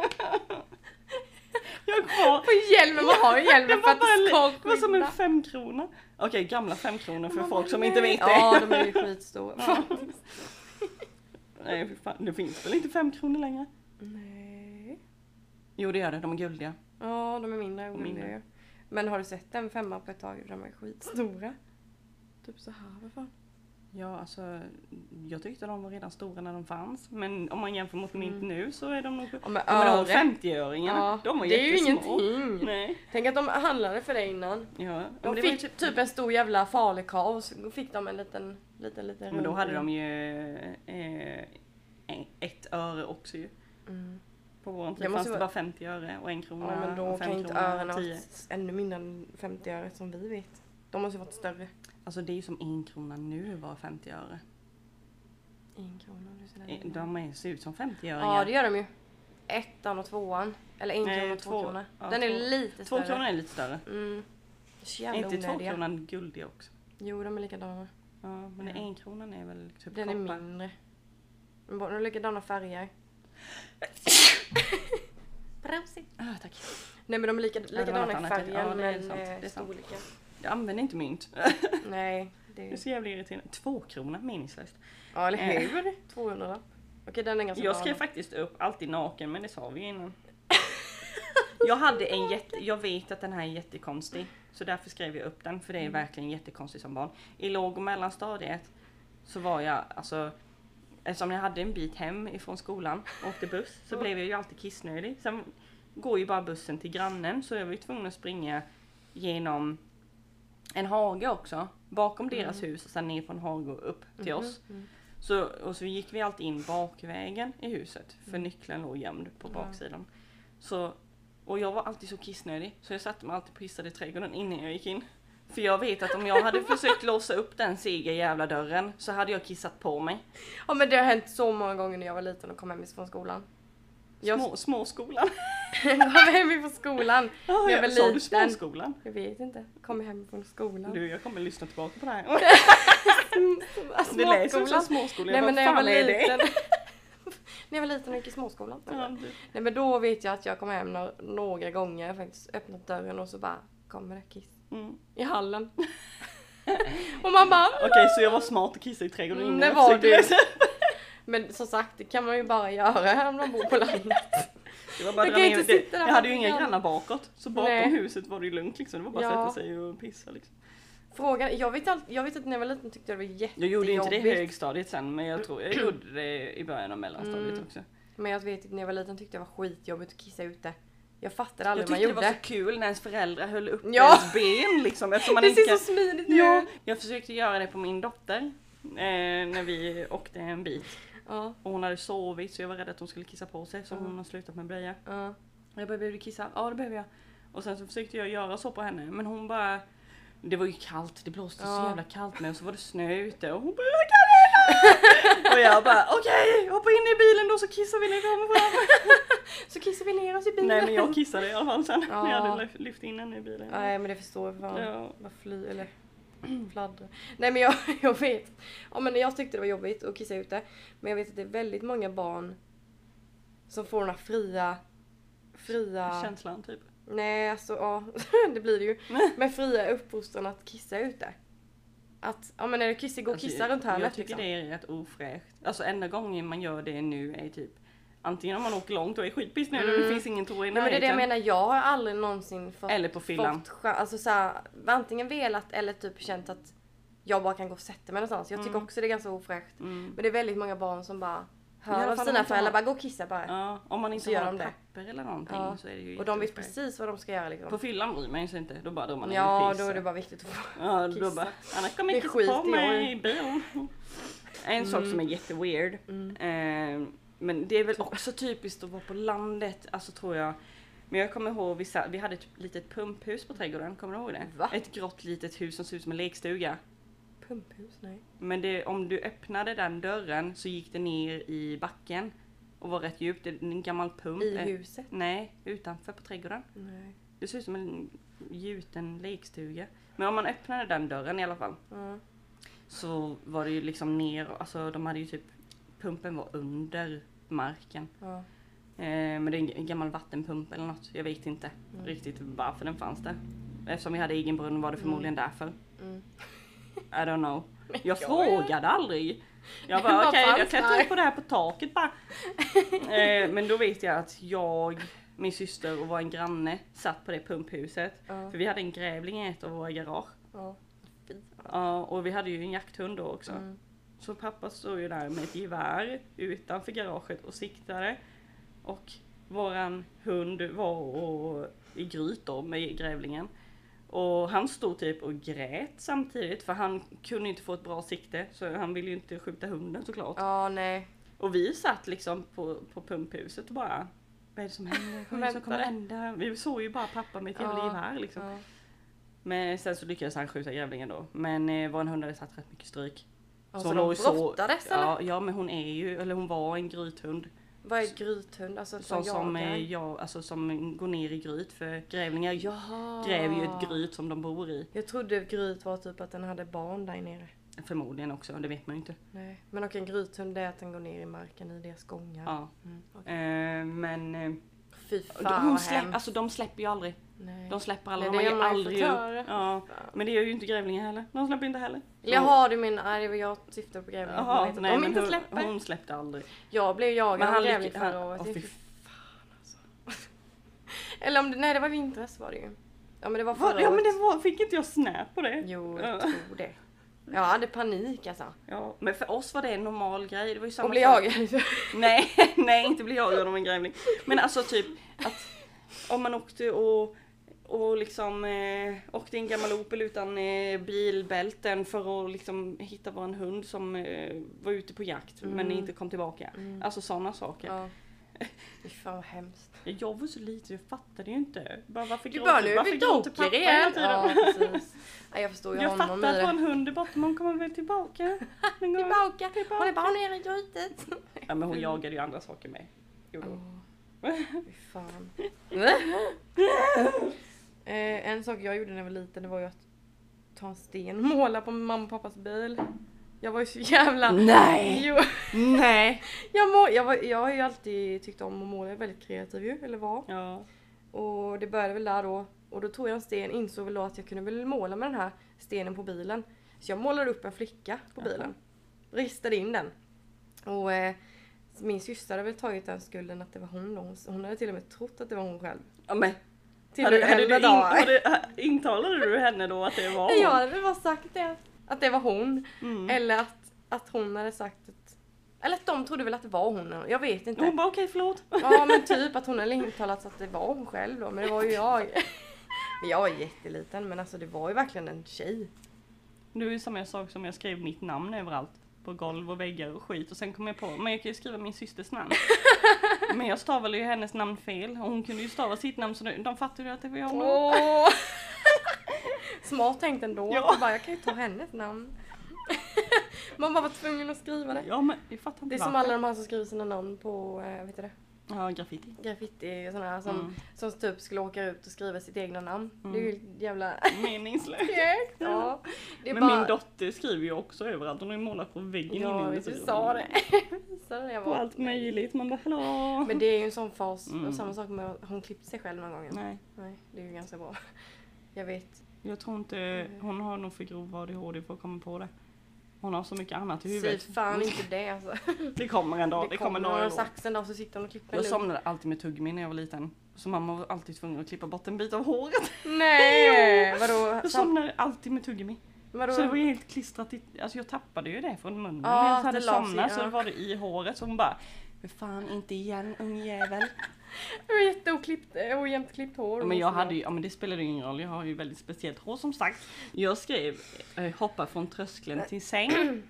Jag är kvar. På hjälmen, man har ju hjälmen Det för var, att det bara, ska det var som en skydda. femkrona. Okej, gamla femkronor för Man folk bara, som inte nej. vet det. Ja, de är ju skitstora. Ja. Nej, för fan, det finns väl inte femkronor längre? Nej. Jo, det gör det. De är guldiga. Ja, de är mindre och Mindre. mindre. Men har du sett en femma på ett tag? De är skitstora. Typ så här, vad fan. Ja, alltså jag tyckte de var redan stora när de fanns. Men om man jämför mot Mm. mitt nu så är de nog... Ja, men Ja, men de öre. femtioöringarna, Ja, de var det är ju jättesmå. ingenting. Nej. Tänk att de handlade för det innan. Ja, ja, De men det var ju fick typ en stor jävla falukorv och så fick de en liten, liten, liten Men då rund- hade de ju eh, en- ett öre också ju. Mm. På vår Det tid måste fanns det vara- bara femtio öre och en krona Ja, men då och fem kan inte kronor öronen och ha tio. varit ännu mindre än femtio öre som vi vet. De måste varit större. Alltså det är ju som en krona nu var femtio öre. En krona. Du ser Eh, den. De är, ser ut som femtio-öringar. Ja, det gör de ju. Ettan och tvåan. Eller en Nej, krona och två, två- kronor. ja, Den är två- lite Två större. kronor är lite större. Mm. Så Är jävla inte två onödiga. kronan guldiga också? Jo, de är likadana. Ja, men Ja. en kronan är väl typ Den är koppar. mindre. De har likadana färger. Prosit. Ah, tack. Nej, men de är lika, det var likadana något i annat. färgen, Ja, det är men sant. eh, Det är sant. storleken. Jag använder inte mynt. Nej, det Det är är... så jävla irriterande. Två kronor meningslöst. Ja, eller Eh. hur? tvåhundra. Okej, den är ganska Jag bra skrev då. faktiskt upp alltid naken, men det sa vi ju innan. Jag hade en jätte, jag vet att den här är jättekonstig. Så därför skrev jag upp den, för det är Mm. verkligen jättekonstigt som barn. I låg- och mellanstadiet så var jag, alltså, eftersom jag hade en bit hem ifrån skolan och åkte buss, så blev jag ju alltid kissnödig. Sen går ju bara bussen till grannen, så jag var ju tvungen att springa genom en hage också. Bakom deras Mm. hus och sen ner från hage och upp till Mhm, oss. mm. Så, och så gick vi alltid in bakvägen i huset, för Mm. nyckeln låg gömd på Ja. baksidan. Så, och jag var alltid så kissnödig, så jag satte mig alltid och pissade i trädgården innan jag gick in. För jag vet att om jag hade försökt låsa upp den sega jävla dörren så hade jag kissat på mig. Ja, men det har hänt så många gånger när jag var liten och kom hem från skolan. Jag Små, småskolan. kom hem från skolan. Ja, jag var jag, sa du liten. småskolan? Jag vet inte. Kom hem från skolan. Du, jag kommer lyssna tillbaka på det här. Alltså, Det lät som småskolan. småskolan. Nej, men Vad när jag var fan är det? liten. När jag var liten och gick i småskolan. Ja, du. Nej, men då vet jag att jag kom hem några, några gånger. Jag faktiskt öppnat dörren och så bara kommer det kiss Mm. i hallen. Och man bara... Okej, så jag var smart och kissade i trädgården Mm, innan det jag var försökte du. läsa. Men som sagt, det kan man ju bara göra om man bor på landet. Det var bara Jag dra kan ner- inte det, sitta där jag hade ju med inga grann. grannar bakåt. Så bakom Nej. huset var det ju lugnt liksom. Det var bara att Ja. sätta sig och pissa liksom. Frågan, jag vet, all, jag vet att när jag var liten tyckte jag det var jättejobbigt. Jag gjorde inte det i högstadiet sen, men jag tror jag gjorde det i början av mellanstadiet Mm. också. Men jag vet att när jag var liten tyckte jag var skitjobbigt att kissa ute. Jag fattade Jag aldrig hur tyckte man det var gjorde. så kul när ens föräldrar höll upp Ja. ens ben liksom. Eftersom man Det inte ser kan... så smidigt ut. Ja, jag försökte göra det på min dotter. Eh, när vi åkte en bit. Ja. Och hon hade sovit så jag var rädd att hon skulle kissa på sig. Så Mm. hon har slutat med blöja. Ja. Och jag bara, behöver du kissa? Ja, det behöver jag. Och sen så försökte jag göra så på henne. Men hon bara... Det var ju kallt, det blåste så Ja. jävla kallt med och så var det snö ute och hon bara, jag kan inte! Och jag bara, okej, hoppa in i bilen då så kissar vi när vi kommer fram. Så kissar vi ner oss i bilen. Nej men jag kissade i alla fall sen Ja. när jag hade lyft- lyft in henne i bilen. Nej, men det förstår jag fan. Ja. Vad fly eller fladdra. Nej, men jag, jag vet. Ja, men jag tyckte det var jobbigt att kissa ute. Men jag vet att det är väldigt många barn som får den här fria fria Känslan typ. Nej, alltså ja, det blir det ju. Med fria uppfostran att kissa ute. Att, ja men är det kissa, gå och Alltså, kissa runt hörnet Jag tycker liksom. det är rätt ofräscht. Alltså enda gången man gör det nu är typ antingen om man åker långt och är skitpissnödig mm. och det finns ingen toa i närheten. Men det är det jag menar, jag har aldrig någonsin fått... Eller på fyllan. Fått, alltså såhär, antingen velat eller typ känt att jag bara kan gå och sätta mig någonstans. Jag tycker mm. också det är ganska ofräscht. Mm. Men det är väldigt många barn som bara hör av fall sina föräldrar, har... bara gå och kissa bara. Ja, om man inte har papper eller någonting ja. Så är det ju och de vet precis vad de ska göra liksom. På fyllan bryr man sig inte, då bara då man ja, då är det bara viktigt att få ja, kissa. Då bara, annars kommer jag kissa på mig i bilen. En mm. sak som är jätteweird. Mm. Eh, men det är väl också typiskt att vara på landet, alltså tror jag. Men jag kommer ihåg, vi, vi hade ett litet pumphus på trädgården, kommer du ihåg det? Va? Ett grått litet hus som ser ut som en lekstuga. Pumphus, nej. Men det, om du öppnade den dörren så gick det ner i backen och var rätt djupt. Det är en gammal pump. I huset? Nej, utanför på trädgården. Nej. Det ser ut som en gjuten lekstuga. Men om man öppnade den dörren i alla fall. Mm. Så var det ju liksom ner, alltså de hade ju typ, pumpen var under marken. Ja. Eh, men det är en gammal vattenpump eller något. Jag vet inte mm. riktigt varför den fanns där. Eftersom vi hade egen brunn var det förmodligen mm. därför. Mm. I don't know. Jag frågade aldrig. Jag bara okej, okay, jag klättrar upp på det här på taket bara. eh, men då vet jag att jag, min syster och vår granne satt på det pumphuset. Uh. För vi hade en grävling i ett av våra garage. Ja, uh. uh, och vi hade ju en jakthund då också. Mm. Så pappa stod ju där med ett gevär utanför garaget och siktade. Och våran hund var och, i gryt då med grävlingen. Och han stod typ och grät samtidigt för han kunde inte få ett bra sikte så han ville ju inte skjuta hunden såklart. Ja, nej. Och vi satt liksom på, på pumphuset och bara, vad är det som händer? Vad är det som kommer hända? Vi såg ju bara pappa med ett jävla ja, gevär liksom. Ja. Men sen så lyckades han skjuta grävlingen då. Men eh, vår hund hade satt rätt mycket stryk. Alltså så de brottades eller? Ja, ja, men hon är ju, eller hon var en grythund. Vad är grythund? Alltså som, som, ja, alltså som går ner i gryt för grävlingar Jaha. gräver ju ett gryt som de bor i. Jag trodde gryt var typ att den hade barn där nere. Förmodligen också, det vet man ju inte. Nej, men och en grythund är att den går ner i marken i deras gångar. Ja, mm, okay. eh, men eh, fy fan hon släpp, alltså de släpper ju aldrig. Nej. De släpper aldrig, Nej, de har ju aldrig ju. Ja. Men det gör ju inte grävlingar heller. De släpper inte heller. Jag har du min, nej jag syftar på grävlingar. Jaha, nej, de inte hon, släpper. Hon släppte aldrig. Jag blev jagad av grävling förra han, året. åh, fy fan alltså. Eller om det, nej det var vintras var det ju. Ja men det var förra Ja året. men det var, fick inte jag snap på det? Jo, jag tror det. Jag hade panik alltså. Ja, men för oss var det en normal grej. Det var ju samma och bli jagad. nej, nej, inte bli jagad av en grävling. Men alltså typ att om man åkte och och liksom eh, åkte en gammal Opel utan eh, bilbälten för att liksom hitta var en hund som eh, var ute på jakt mm. men inte kom tillbaka. Mm. Alltså sådana saker. Ja. Fy fan vad hemskt. Jag var så lite, jag fattade ju inte. Bara, varför du bara, nu är vi dockor igen. Ja, precis. Nej, jag förstår ju jag honom fattar att vara en hund är borta, men hon kommer väl tillbaka. tillbaka. tillbaka. Hon är bara nere i grytet. Ja, men hon jagade ju andra saker med. Jo då. Oh. Fy fan. eh, en sak jag gjorde när jag var liten, det var ju att ta en sten och måla på mamma och pappas bil. Jag var ju så jävla... Nej! Jo. Nej! Jag, må... jag, var... jag har ju alltid tyckt om att måla, jag är väldigt kreativ ju, eller var. Ja. Och det började väl där då. Och då tog jag en sten, insåg väl då att jag kunde väl måla med den här stenen på bilen. Så jag målade upp en flicka på bilen. Ristade in den. Och eh, min syster hade väl tagit den skulden att det var hon då. Hon hade till och med trott att det var hon själv. Ja men... Till hade, hade du in, dag. hade, intalade du henne då att det var hon? Jag hade väl bara sagt det. Att det var hon. Mm. Eller att, att hon hade sagt att... Eller att de trodde väl att det var hon. Jag vet inte. Hon bara okej, okay, förlåt. Ja men typ att hon hade intalat att det var hon själv då. Men det var ju jag. Men jag var jätteliten. Men alltså det var ju verkligen en tjej. Det var ju som jag sa som jag skrev mitt namn överallt. På golv och väggar och skit. Och sen kom jag på, men jag kan ju skriva min systers namn. Men jag stavade ju hennes namn fel. Och hon kunde ju stava sitt namn så de fattade ju att det var jag. Åh. Smart tänkt ändå. Ja. Bara, jag kan ju ta hennes namn. Man bara var tvungen att skriva det. Ja, men jag fattar inte det är varför. som alla de här som skriver sina namn på, äh, vet du det? Ja, graffiti. Graffiti och sådana som, Mm. som typ skulle åka ut och skriva sitt egna namn. Mm. Det är ju jävla... Meningslöst. ja. Det är Men bara... min dotter skriver ju också överallt. Hon har ju målat på väggen Ja, inne i visst, du studion. sa det. Så det På var... allt möjligt. Man bara, hallå. Men det är ju en sån fas. Mm. Och samma sak med att hon klippte sig själv någon gång. Nej, Nej, det är ju ganska bra. Jag vet. jag tror inte, hon har nog för grov A D H D för att komma på det. Hon har så mycket annat i huvudet. Säg fan inte det alltså. Det kommer en dag, det, Det kommer kommer några några år. saxen då så sitter hon och klipper Jag lugnt. somnade alltid med tuggummi när jag var liten. Så mamma var alltid tvungen att klippa bort en bit av håret. Nej! Vadå? Jag somnade alltid med tuggummi. Vadå? Så det var ju helt klistrat i, alltså jag tappade ju det från munnen. Ja, när jag hade det la sig, somnat ja. så var det i håret så hon bara, för fan inte igen ungjävel. Det var jätteoklippt, ojämnt klippt hår. Ja, men jag hade ju, ja men det spelade ju ingen roll, jag har ju väldigt speciellt hår som sagt. Jag skrev eh, hoppa från tröskeln till säng.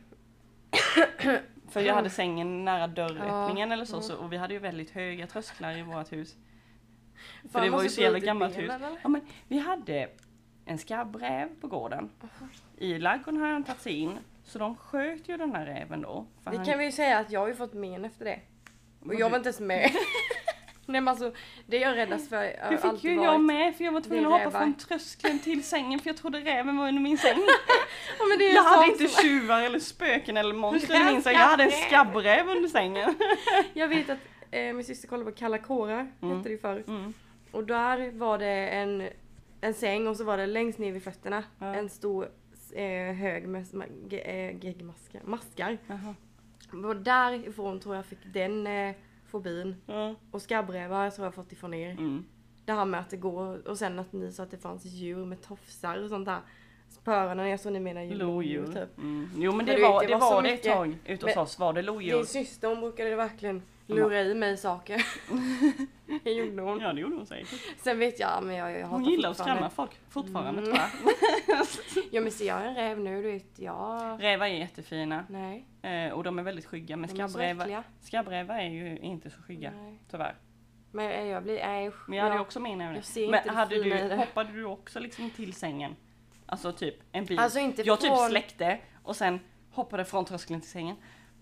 För jag hade sängen nära dörröppningen Ja, eller så, mm. så, och vi hade ju väldigt höga trösklar i vårt hus. För Fan, det var ju måste så jävla brutit gammalt hus. benen, eller? Ja, men vi hade en skabbräv på gården. I ladugården hade han tagit sig in, så de sköt ju den här räven då. För Det han, kan vi ju säga att jag har ju fått men efter det. Och Vad jag du- var inte ens med. Nej men alltså, det jag räddas för har det fick alltid ju varit... jag med, för jag var tvungen det att hoppa rävar. från tröskeln till sängen, för jag trodde räven var under min säng. Ja, men det är ju Jag hade sånt inte som- tjuvar eller spöken eller monster En i min säng, jag hade en skabbräv. skabbräv under sängen. Jag vet att eh, min syster kollade på Kalla kårar, Mm. hette det ju förr. Mm. Och där var det en, en säng och så var det längst ner vid fötterna Ja. en stor eh, hög med sma- ge- eh, geggmaskar. Maskar. Jaha. Och därifrån tror jag fick den eh, fobin. Ja. Och skabbrävar tror jag fått ifrån er. Mm. Det här med att det går och sen att ni sa att det fanns djur med tofsar och sånt där. På öronen, jag tror ni menar ju Lodjur. typ. Mm. Jo men Men det du var vet, det, det var så var det ett mycket- tag ute hos Men- oss var det lodjur. Din syster hon brukade verkligen lura i mig saker. Det gjorde hon. Ja det gjorde hon säkert. Sen vet jag, men jag, jag hatar Hon gillar att fortfarande- skrämma folk fortfarande Mm. tror jag. Ja men ser jag en räv nu, du vet, jag... Rävar är jättefina Nej, eh, och de är väldigt skygga men de är så skabbrävar, äckliga. skabbrävar är ju inte så skygga Nej. tyvärr. Men jag blir, nej usch. Men jag hade ju jag- också med jag det. ser Men inte det hade fina i du, det. hoppade du också liksom till sängen? Alltså typ en bit. Alltså inte jag typ från- släckte och sen hoppade från tröskeln till sängen.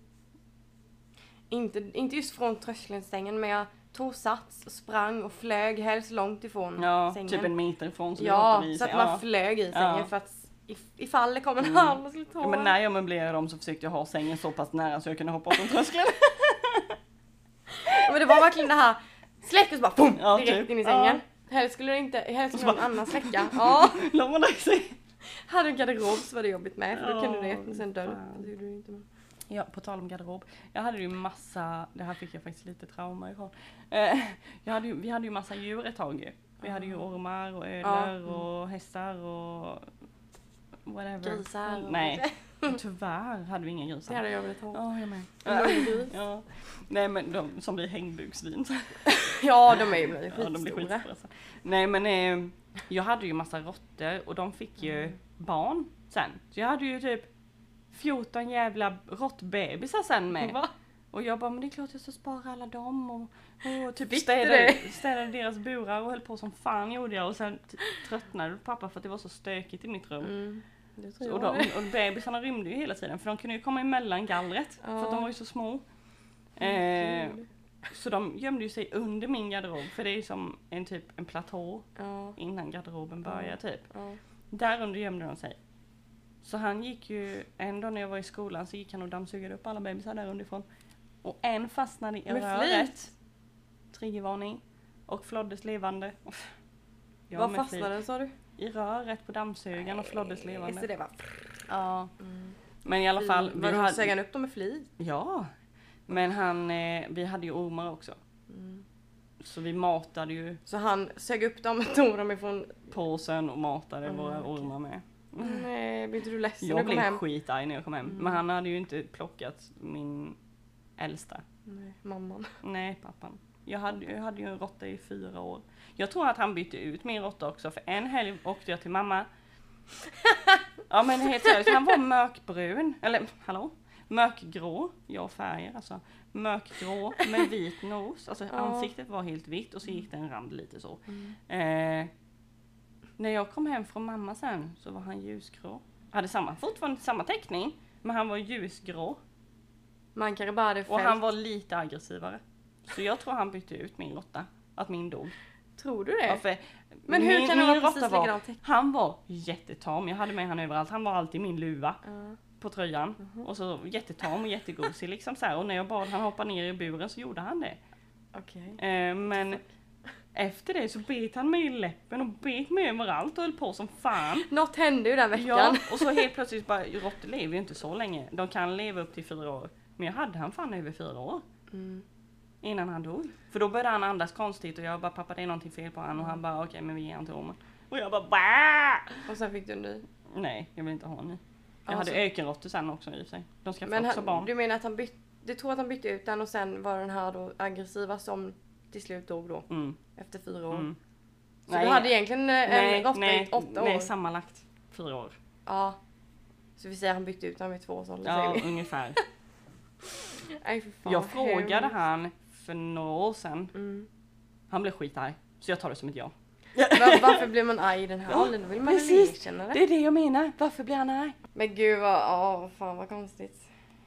Inte, inte just från tröskelstängen, men jag tog sats och sprang och flög helst långt ifrån Ja, sängen. typ en meter ifrån så du Ja, hoppade i så att sängen. man Ja. flög i sängen Ja. för att if, ifall det kom en Mm. hand och skulle ta Ja, men en. när jag möblerade dem så försökte jag ha sängen så pass nära så jag kunde hoppa från tröskeln. Men det var verkligen det här, släck och så bara pum, Ja, direkt typ. in i sängen. Helst skulle det inte, helst Och så skulle någon annan släcka. Ja. La man där sig. Hade en garderob så var det jobbigt med, för då Ja, kunde du öppna sen dörr. fan. Det gjorde du inte med. Ja, på tal om garderob. Jag hade ju massa, det här fick jag faktiskt lite trauma ifrån. Eh, jag hade ju, vi hade ju massa djur ett tag ju. Vi hade ju ormar och ödlor Ja, mm. och hästar och whatever. Grisar och- Nej, tyvärr hade vi inga grisar. Det hade jag velat ha. Ja, jag med. En långgris. Ja. Nej men de som blir hängbuksvin. Ja, de är ju blir Ja, de blir skitstora. skitstressade. Nej men eh, jag hade ju massa råttor och de fick ju Mm. barn sen. Så jag hade ju typ fjorton jävla råttbebisar sen med. Va? Och jag bara, men det är klart jag ska spara alla dem och, och typ Fick du städade, det? städade deras burar och höll på som fan gjorde jag och sen t- tröttnade pappa för att det var så stökigt i mitt rum. Mm. Det tror Så, jag och, de, det. och bebisarna rymde ju hela tiden för de kunde ju komma emellan gallret för att Ja. de var ju så små. Eh, så de gömde ju sig under min garderob för det är ju som en typ en platå Ja, innan garderoben börjar typ. ja. Där under gömde de sig. Så han gick ju, en dag när jag var i skolan så gick han och dammsugade upp alla bebisar där underifrån. Och en fastnade i Med röret. flit? Triggervarning. Och flåddes levande. Ja, Var med fastnade den sa du? flit. I röret på dammsugaren och flåddes Så levande. det var... Ja. Mm. Men i alla fall. Vadå, hade- sög han upp dem med flit? Ja. Men han, eh, vi hade ju ormar också. Mm. Så vi matade ju Så han sög upp dem och tog dem ifrån... påsen och matade Mm, våra okej. ormar med. Nej, blir inte du ledsen när Jag du kom blev hem? skitarg när jag kom hem. Mm. Men han hade ju inte plockat min äldsta. Nej, mamman. Nej, pappan. Jag hade, jag hade ju en råtta i fyra år. Jag tror att han bytte ut min råtta också. För en helg åkte jag till mamma. Ja men helt seriöst, han var mörkbrun. Eller hallå? Mörkgrå. Jag färger alltså. Mörkgrå med vit nos. Alltså Ja. ansiktet var helt vitt och så gick det en rand lite så. Mm. Eh, när jag kom hem från mamma sen så var han ljusgrå. Hade samma, fortfarande samma teckning. Men han var ljusgrå. Man kan bara hade Och han var lite aggressivare. Så jag tror han bytte ut min råtta. Att min dog. Tror du det? Ja, för Men hur min, kan det min vara precis råtta var, likadant tecken? han var jättetam. Jag hade med han överallt. Han var alltid min luva. Ja. På tröjan. Mhm. Och så jättetam och jättegosig liksom så här. Och när jag bad han hoppa ner i buren så gjorde han det. Okej. Eh, men efter det så bet han mig i läppen och bet mig överallt och höll på som fan. Något hände ju den veckan. Ja, och så helt plötsligt bara, råttor lever ju inte så länge. De kan leva upp till fyra år. Men jag hade han fan över fyra år. Mm. Innan han dog. För då började han andas konstigt och jag bara, pappa det är någonting fel på han. Och han bara, okej okay, men vi ger han till ormen. Och jag bara, bah! Och sen fick du en ny. Nej, jag vill inte ha en ny. Jag Alltså. hade ökenråttor sen också i sig. De ska få Men också han, barn. du menar att han bytte, du tror att han bytte ut den och sen var den här då aggressiva som till slut dog då? Mm. Efter fyra år. Mm. Så du hade egentligen eh, en råtta i åtta år? Nej, sammanlagt fyra år. Ja. Så vi säger att han bytte ut den vid två års ålder, Ja, säger vi. ungefär. Nej, för fan, Jag vad frågade hemskt. han för några år sedan. Mm. Han blev skitarg. Så jag tar det som ett ja. Var, varför blir man arg i den här Ja, åldern? Då vill man väl precis. erkänna det. Det är det jag menar. Varför blir han arg? Men gud vad, ja fan vad konstigt.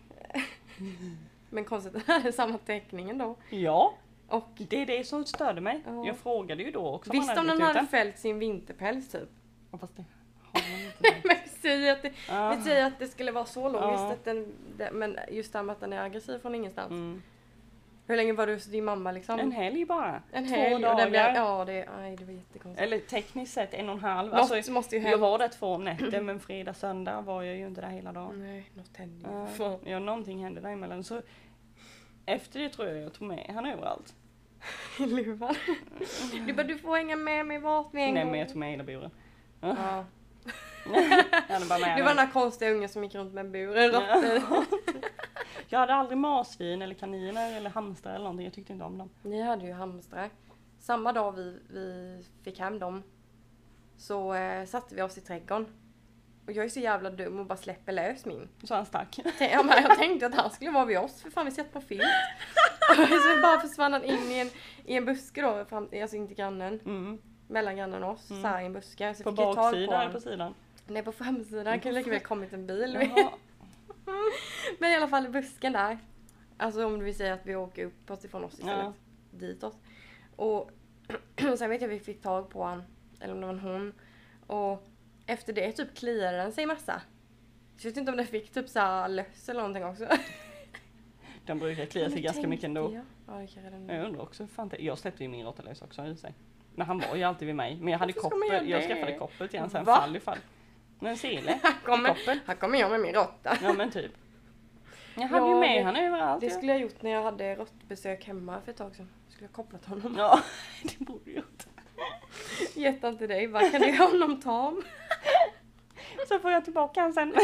Men konstigt att det är samma teckningen då. Ja, Och det är det som störde mig. Ja. Jag frågade ju då också visst om han den bytt ut hade fällt sin vinterpäls typ. Ja, fast det har man inte det. Men vi säger att det, Ja. vi säger att det skulle vara så logiskt. Ja. Att den, det, men just det här med att den är aggressiv från ingenstans. Mm. Hur länge var du hos din mamma liksom? En helg bara. En Två helg. Och dagar. den blev, ja det, aj, det var jättekonstigt. Eller tekniskt sett en och en halv. Något Alltså, måste ju jag hända. var där två nätter men fredag, söndag var jag ju inte där hela dagen. Nej, något hände ju. Ja, Fan. ja, någonting hände däremellan. Så efter det tror jag jag tog med han överallt. I luvan. Du bara, du får hänga med mig vart med en Nej gång. men jag tog med hela buren. Ja. Jag hade bara med Du var den mig. där konstiga ungen som gick runt med en bur. En råtta. Jag hade aldrig marsvin eller kaniner eller hamstrar eller någonting. Jag tyckte inte om dem. Ni hade ju hamstrar. Samma dag vi, vi fick hem dem så eh, satte vi oss i trädgården. Och jag är så jävla dum och bara släpper lös min. Så han stack. Tänk- Ja, men jag tänkte att han skulle vara vid oss, för fan vi sett på film. Så bara försvann han in i en, i en buske då, fram, alltså in till grannen. Mm. Mellan grannen och oss, Mm. så här i en buske. Så På fick jag tag på baksidan eller honom. på sidan? Nej, på framsidan kan lika väl kommit en bil. Jaha. Men i alla fall i busken där. Alltså om vi säger att vi åker upp ifrån oss istället. Ja. Ditåt. Och sen vet jag att vi fick tag på han, eller om det var en hon. Och efter det typ kliade den sig massa. Så jag vet inte om den fick typ såhär löss eller någonting också. De brukar klia sig Men ganska mycket tänkte ändå. jag. Ja, det kan jag redan. Jag undrar också hur fan det... Jag släppte ju min råtta lös också i sig. Men han var ju alltid vid mig. Men jag hade Varför ska man koppel. göra Jag det? skaffade koppel till han sen Va? fall i fall. Men sele. Här kommer, Koppel. här kommer jag med min råtta. Ja men typ. Jag hade Ja, ju med det- han överallt. Det ja. skulle jag gjort när jag hade råttbesök hemma för ett tag sedan. Skulle jag kopplat honom. Ja, det borde jag gjort. Gett han till dig. Vad kan du göra honom tam? Så får jag tillbaka han sen.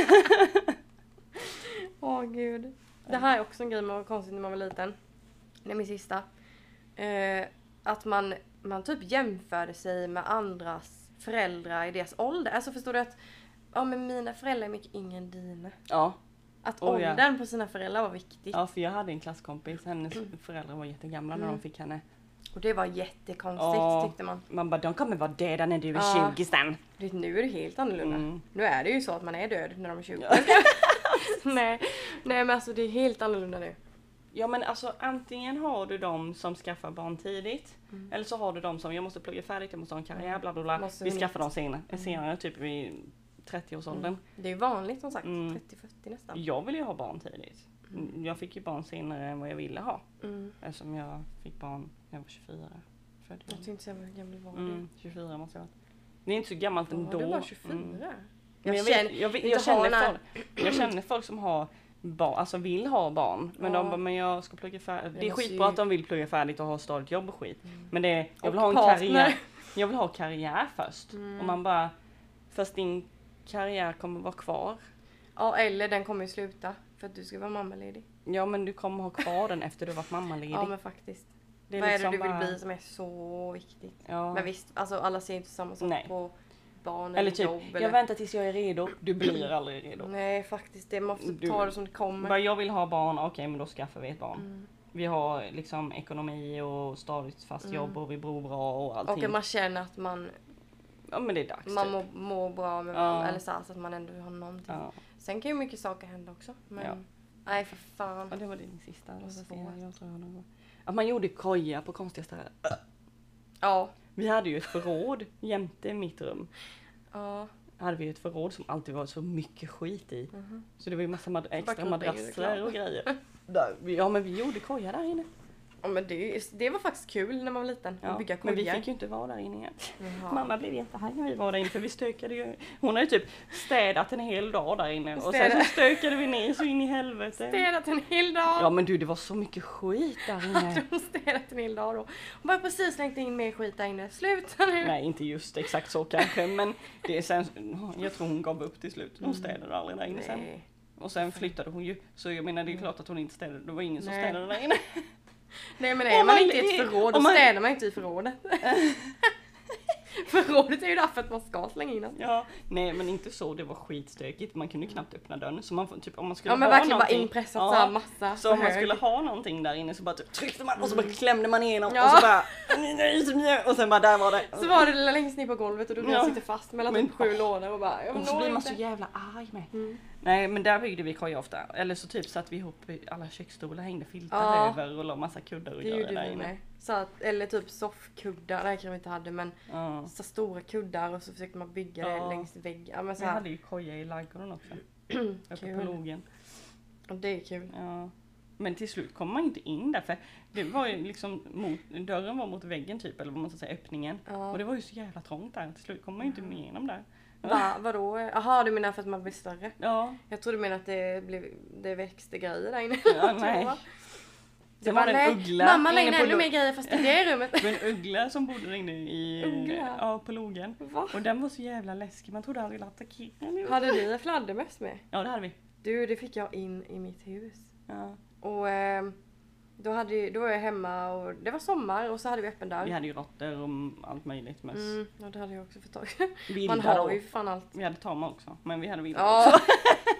Åh gud. Det här är också en grej man var konstigt när man var liten. Det är min sista. Eh, att man, man typ jämförde sig med andras föräldrar i deras ålder. Alltså förstår du att ja, men mina föräldrar är mycket yngre än dina. Ja. Att Oh, ja. åldern på sina föräldrar var viktigt. Ja, för jag hade en klasskompis. Hennes föräldrar var jättegamla när Mm. de fick henne. Och det var jättekonstigt Ja. tyckte man. Man bara, de kommer vara döda när du är Ja. tjugo sen. Du vet, nu är det helt annorlunda. Mm. Nu är det ju så att man är död när de är tjugo. Ja. nej, nej men alltså det är helt annorlunda nu. Ja men alltså antingen har du de som skaffar barn tidigt. Mm. Eller så har du de som, jag måste plugga färdigt, jag måste ha en karriär, bla bla bla. Måste Vi hunnit. skaffar dem senare, senare typ vid trettioårsåldern. Det är ju vanligt som sagt, Mm. trettio fyrtio nästan. Jag ville ju ha barn tidigt. Jag fick ju barn senare än vad jag ville ha. Mm. Eftersom jag fick barn när jag var tjugofyra. Född. Jag tänkte säga hur gammal var du? Mm, tjugofyra måste jag ha varit. Det är inte så gammalt Ja, ändå. du var tjugofyra. Mm. Jag, Men jag, känner, vet, jag, vet, inte jag, känner ha den här- folk, jag känner folk som har barn, alltså vill ha barn. Men Ja. de bara, men jag ska plugga färdigt. Det är måste skitbra ju- att de vill plugga färdigt och ha stadigt jobb och skit. Mm. Men det, jag vill Och ha en partner. karriär. Jag vill ha karriär först. Mm. Och man bara, fast din karriär kommer vara kvar. Ja, eller den kommer ju sluta för att du ska vara mammaledig. Ja men du kommer ha kvar den efter du har varit mammaledig. Ja, men faktiskt. det Vad är det liksom du vill bara- bli som är så viktigt? Ja. Men visst, alltså alla ser inte samma sak Nej. på barn Eller eller, typ, jobb. Eller... jag väntar tills jag är redo. Du blir aldrig redo. Nej, faktiskt. Det måste Du- ta det som det kommer. Bara, jag vill ha barn, okej men då skaffar vi ett barn. Mm. Vi har liksom ekonomi och stadigt fast Mm. jobb och vi bor bra och allting. Och att man känner att man, Ja men det är dags man typ. mår, mår bra med Ja. varandra. Eller så, här, så att man ändå har någonting. Ja. Sen kan ju mycket saker hända också. Men Ja. nej, för fan. Ja, det var din sista. Vad Vad svårt. jag, jag tror jag någon gång. Att man gjorde koja på konstiga ställen. Ja. Vi hade ju ett förråd jämte mitt rum. Ja. Hade vi ett förråd som alltid var så mycket skit i. Mm-hmm. Så det var ju massa mad- extra bara madrasser och grejer. Där, vi, ja men vi gjorde koja där inne. Ja men det, det var faktiskt kul när man var liten. Ja, att bygga men kojor. vi fick ju inte vara där inne igen. Jaha. Mamma blev jättehaj när vi var där inne för vi stökade ju. Hon hade typ städat en hel dag där inne. Och sen Städat. så stökade vi ner så in i helvete. Städat en hel dag. Ja men du det var så mycket skit där inne. Hon städat en hel dag då. Hon bara precis slängt in mer skit där inne. Sluta nu. Nej inte just exakt så kanske men det är sen, jag tror hon gav upp till slut. Hon städade aldrig där inne sen. Nej. Och sen flyttade hon ju. Så jag menar det är klart att hon inte städade. Det var ingen som Nej. städade där inne. Nej men är Om man man- inte i ett förråd då om man- städar man inte i förrådet. Förrådet är ju därför att man ska slänga in allt. Ja, nej men inte så, det var skitstökigt. Man kunde knappt öppna dörren. Så man får typ om man skulle Ja men ha verkligen bara någonting. inpressat Ja, såhär massa så om på man hög. skulle ha någonting där inne så bara typ tryckte man och så bara klämde man igenom Ja. och så bara nej, nej, så nej, och sen bara där var det. Så var det längst ner på golvet och du Ja. sitter fast mellan Men- typ sju lådor och bara jag Och så når blir man så inte. jävla arg med. Mm. Nej men där byggde vi koja ofta. Eller så typ satt vi ihop alla köksstolar, hängde filtar Ja. över och la massa kuddar och Det grejer gjorde där vi inne. med. Så att, eller typ soffkuddar, det här kanske vi inte hade men Ja. så stora kuddar och så försökte man bygga det Ja. längs väggen. Ja, men så Vi här. hade ju koja i ladugården också. Uppe på Kul. logen. Och det är kul. Ja. Men till slut kom man inte in där för det var ju liksom mot, dörren var mot väggen typ eller vad man ska säga öppningen. Ja. Och det var ju så jävla trångt där. Till slut kom man ju inte med igenom där. Va, vadå? Jaha du menar för att man blir större? Ja. Jag trodde du menade att det, blev, det växte grejer där inne. Ja, nej. Det Sen var var det nej, en uggla mamma la in inne på ännu lo- mer grejer fast i det rummet. Det var en uggla som bodde där inne i, Uggla? ja, på logen. Va? Och den var så jävla läskig. Man trodde aldrig att attackera den. Hade ni en fladdermöss med? Ja det hade vi. Du, det fick jag in i mitt hus. Ja. Och eh, då, hade, ju- då var jag hemma och det var sommar och så hade vi öppen dörr. Vi hade ju råttor och allt möjligt. Möss. Mm, ja det hade jag också fått tag i. Vilda Man har då. ju för fan allt. Vi hade tama också. Men vi hade vilda Ja. också.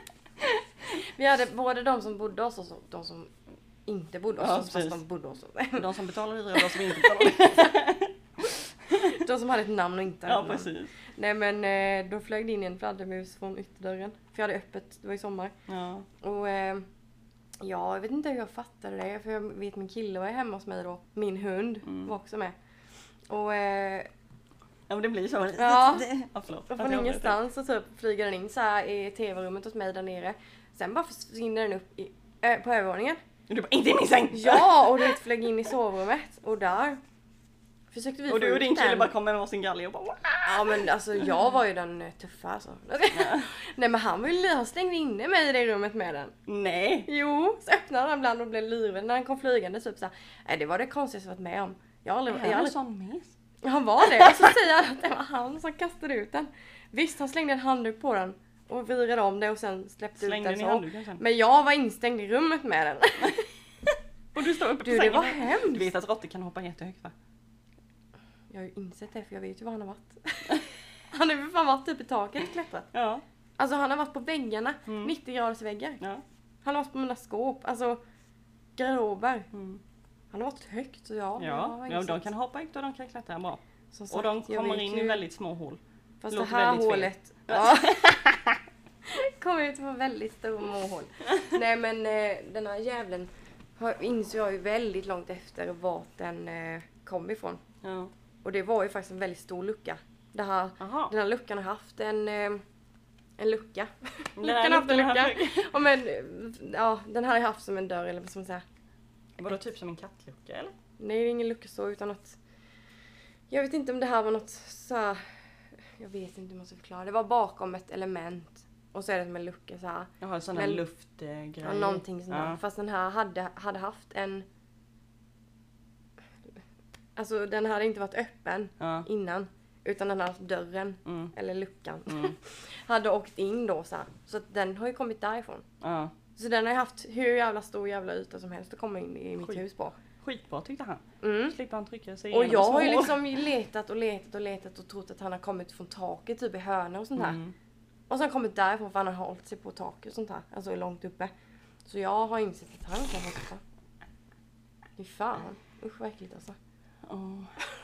Vi hade både de som bodde hos oss och de som inte bodde hos Ja, oss fast precis. de bodde hos oss. De som betalade hyra och de som inte betalade. De som hade ett namn och inte hade Ja ett namn. precis. Nej men eh, då flög det in en fladdermus från ytterdörren. För jag hade öppet, det var i sommar. Ja. Och eh, ja, jag vet inte hur jag fattade det. För jag vet min kille var hemma hos mig då. Min hund Mm. var också med. Och eh, Ja men det blir så. Ja. Ja förlåt. och Att från jag ingenstans så typ flyger den in så här i tv-rummet hos mig där nere. Sen bara försvinner den upp i, ö, på övervåningen. Och du bara, inte i min säng! Ja, och du vet flög in i sovrummet. Och där försökte vi Och få du och ut din kille den. bara kom med varsin galge och bara "Wah!" Ja men alltså jag var ju den eh, tuffa alltså. Nej men han ville, han stängde inne mig i det rummet med den. Nej! Jo, så öppnade han ibland och blev livrädd när han kom flygande typ såhär. Nej det var det konstigaste jag varit med om. Jag har aldrig, Är jag har han en aldrig, sån mes? han var det och så säger han att det var han som kastade ut den. Visst han slängde en handduk på den och virade om det och sen släppte Slängde ut den den i så. handduken sen. Men jag var instängd i rummet med den. Och du står uppe på Du det sängen. var hemskt. Du vet att råttor kan hoppa jättehögt va? Jag har ju insett det för jag vet ju var han har varit. Han har ju för fan varit typ i taket och klättrat. Ja. Alltså han har varit på väggarna, Mm. nittio graders väggar. Ja. Han har varit på mina skåp, alltså garderober. Mm. Han har varit högt så ja. jag Ja, har ja de insett. kan hoppa högt och de kan klättra bra. Som Och de sagt, jag kommer vet in ju- i väldigt små hål. Fast det låter här väldigt fel. hålet. Ja. Kommer ut från väldigt stora hål. Nej men eh, den här jävlen har, insåg jag ju väldigt långt efter vart den eh, kom ifrån. Ja. Och det var ju faktiskt en väldigt stor lucka. Det här, Jaha. den här luckan har haft en, eh, en lucka. Den Luckan här har haft en luckan har lucka. haft- Ja, men, eh, ja, den här har jag haft som en dörr eller vad ska man säga. Vadå typ som en kattlucka eller? Nej, det är ingen lucka så utan att... Jag vet inte om det här var något så här, jag vet inte hur man ska förklara. Det var bakom ett element. Och så är det som en lucka så här. Jag har en sån här Men- luftgrej. Ja, någonting sånt där. Ja. Fast den här hade, hade haft en... Alltså den hade inte varit öppen Ja. innan. Utan den hade haft dörren. Mm. Eller luckan. Mm. hade åkt in då så här. Så att den har ju kommit därifrån. Ja. Så den har ju haft hur jävla stor jävla yta som helst att komma in i mitt Skit. hus på. Skitbra tyckte han. Mm. Slipper han trycka sig Och igenom jag små har ju hål. liksom letat och letat och letat och trott att han har kommit från taket typ i hörnor och sånt här. Mm. Och sen kommit därifrån för han har hållit sig på taket och sånt här. Alltså långt uppe. Så jag har insett att han kan hoppa. Fy fan. Usch vad äckligt alltså. Åh.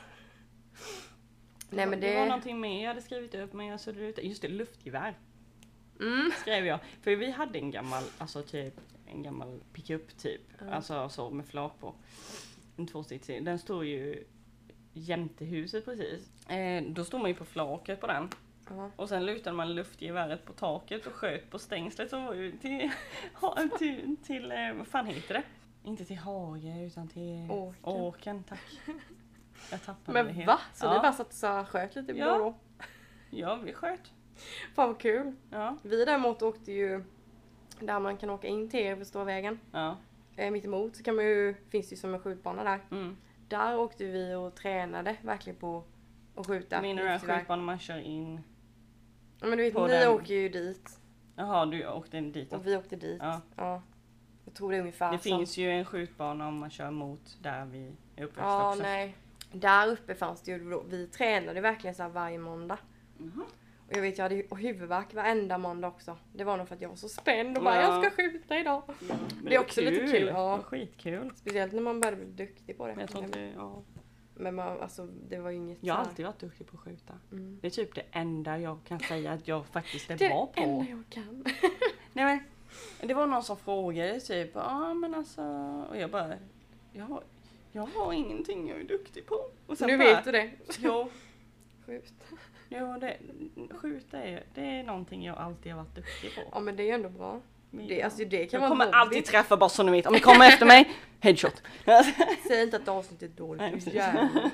Nej men Det var det... någonting mer jag hade skrivit upp men jag såg ut. Just det, luftgevär Mm. skrev jag. För vi hade en gammal, alltså typ en gammal pickup typ. Ja. Alltså så med flak på. en tvåsitsig. Den står ju jämte huset precis. Eh, då står man ju på flaket på den. Ja. Och sen lutade man luftgeväret på taket och sköt på stängslet som var ju till, ha, till, till eh, vad fan heter det? Inte till hage utan till Åken. åken, tack. Jag tappade det Men helt. va? Så ja. ni bara satt och så sköt lite på Ja. då? Ja, vi sköt. Fan vad kul. Ja. Vi däremot åkte ju där man kan åka in till er på stora vägen. Ja. Eh, mitt emot så kan man ju, finns det ju som en skjutbana där. Mm. Där åkte vi och tränade verkligen på att skjuta. Menar du Giftsgevär. skjutbanan man kör in? Ja men du vet, på ni den? åker ju dit. Jaha, du åkte dit. Och vi åkte dit. Ja. Ja. Jag tror det är ungefär Det så. finns ju en skjutbana om man kör mot där vi är uppväxt Ja, också. nej. Där uppe fanns det ju, vi tränade verkligen så här varje måndag. Mhm. Och jag vet, jag hade ju huvudvärk varenda måndag också. Det var nog för att jag var så spänd och Ja. bara, jag ska skjuta idag. Ja, men Det är också lite kul, Det ja. var skitkul. Speciellt när man började bli duktig på det. Men jag tror inte, ja. Men man, alltså, det var ju inget Jag har så här- alltid varit duktig på att skjuta. Mm. Det är typ det enda jag kan säga att jag faktiskt är Det är bra det på. enda jag kan. Nej men, det var någon som frågade typ, ja ah, men alltså, och jag bara, jag har, jag har ingenting jag är duktig på. Och sen Nu bara, vet du det. Jo, Sjukt. jo det, skjuta är, det är någonting jag alltid har varit duktig på. Ja men det är ändå bra. Det, alltså, det kan jag vara kommer alltid jobbigt. träffa bara så ni vet, om ni kommer efter mig, headshot. Säg inte att avsnittet är dåligt. Nej, Nej, precis. jävlar.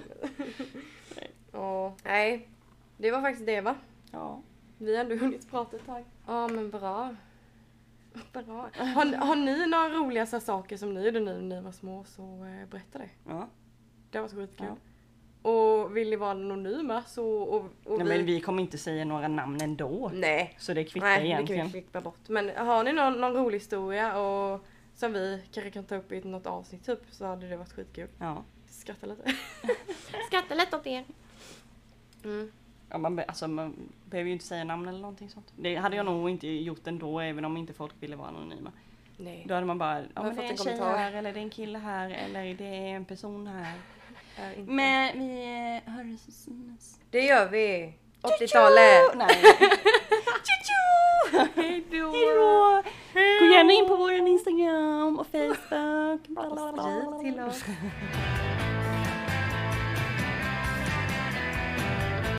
Ja, nej. Det var faktiskt det va? Ja. Vi har ändå hunnit prata ett tag. Ja men bra. Bra. Har, har ni några roliga så här saker som ni gjorde nu när ni var små så eh, berätta det. Ja. Det var så skitkul. Ja. Och vill ni vara anonyma så... Och, och Nej, men vi kommer inte säga några namn ändå. Nej. Så det kvittar Nej, det kan egentligen. vi klippa bort. Men har ni någon, någon rolig historia och som vi kanske kan ta upp i något avsnitt typ så hade det varit skitkul. Ja. Skratta lite. Skratta lätt åt er. Mm. Ja, man, be- alltså, man behöver ju inte säga namn eller någonting sånt. Det hade jag nog inte gjort ändå, även om inte folk ville vara anonyma. Nej. Då hade man bara, ja har men fått det är en en tjej kommentar. här, eller det är en kille här, eller det är en person här. Är inte. Men vi eh, hörs och syns. Det gör vi. åttiotalet. Nej. Tju-tju! Hejdå. Hejdå! Gå gärna in på vår Instagram och Facebook. Sprid till oss.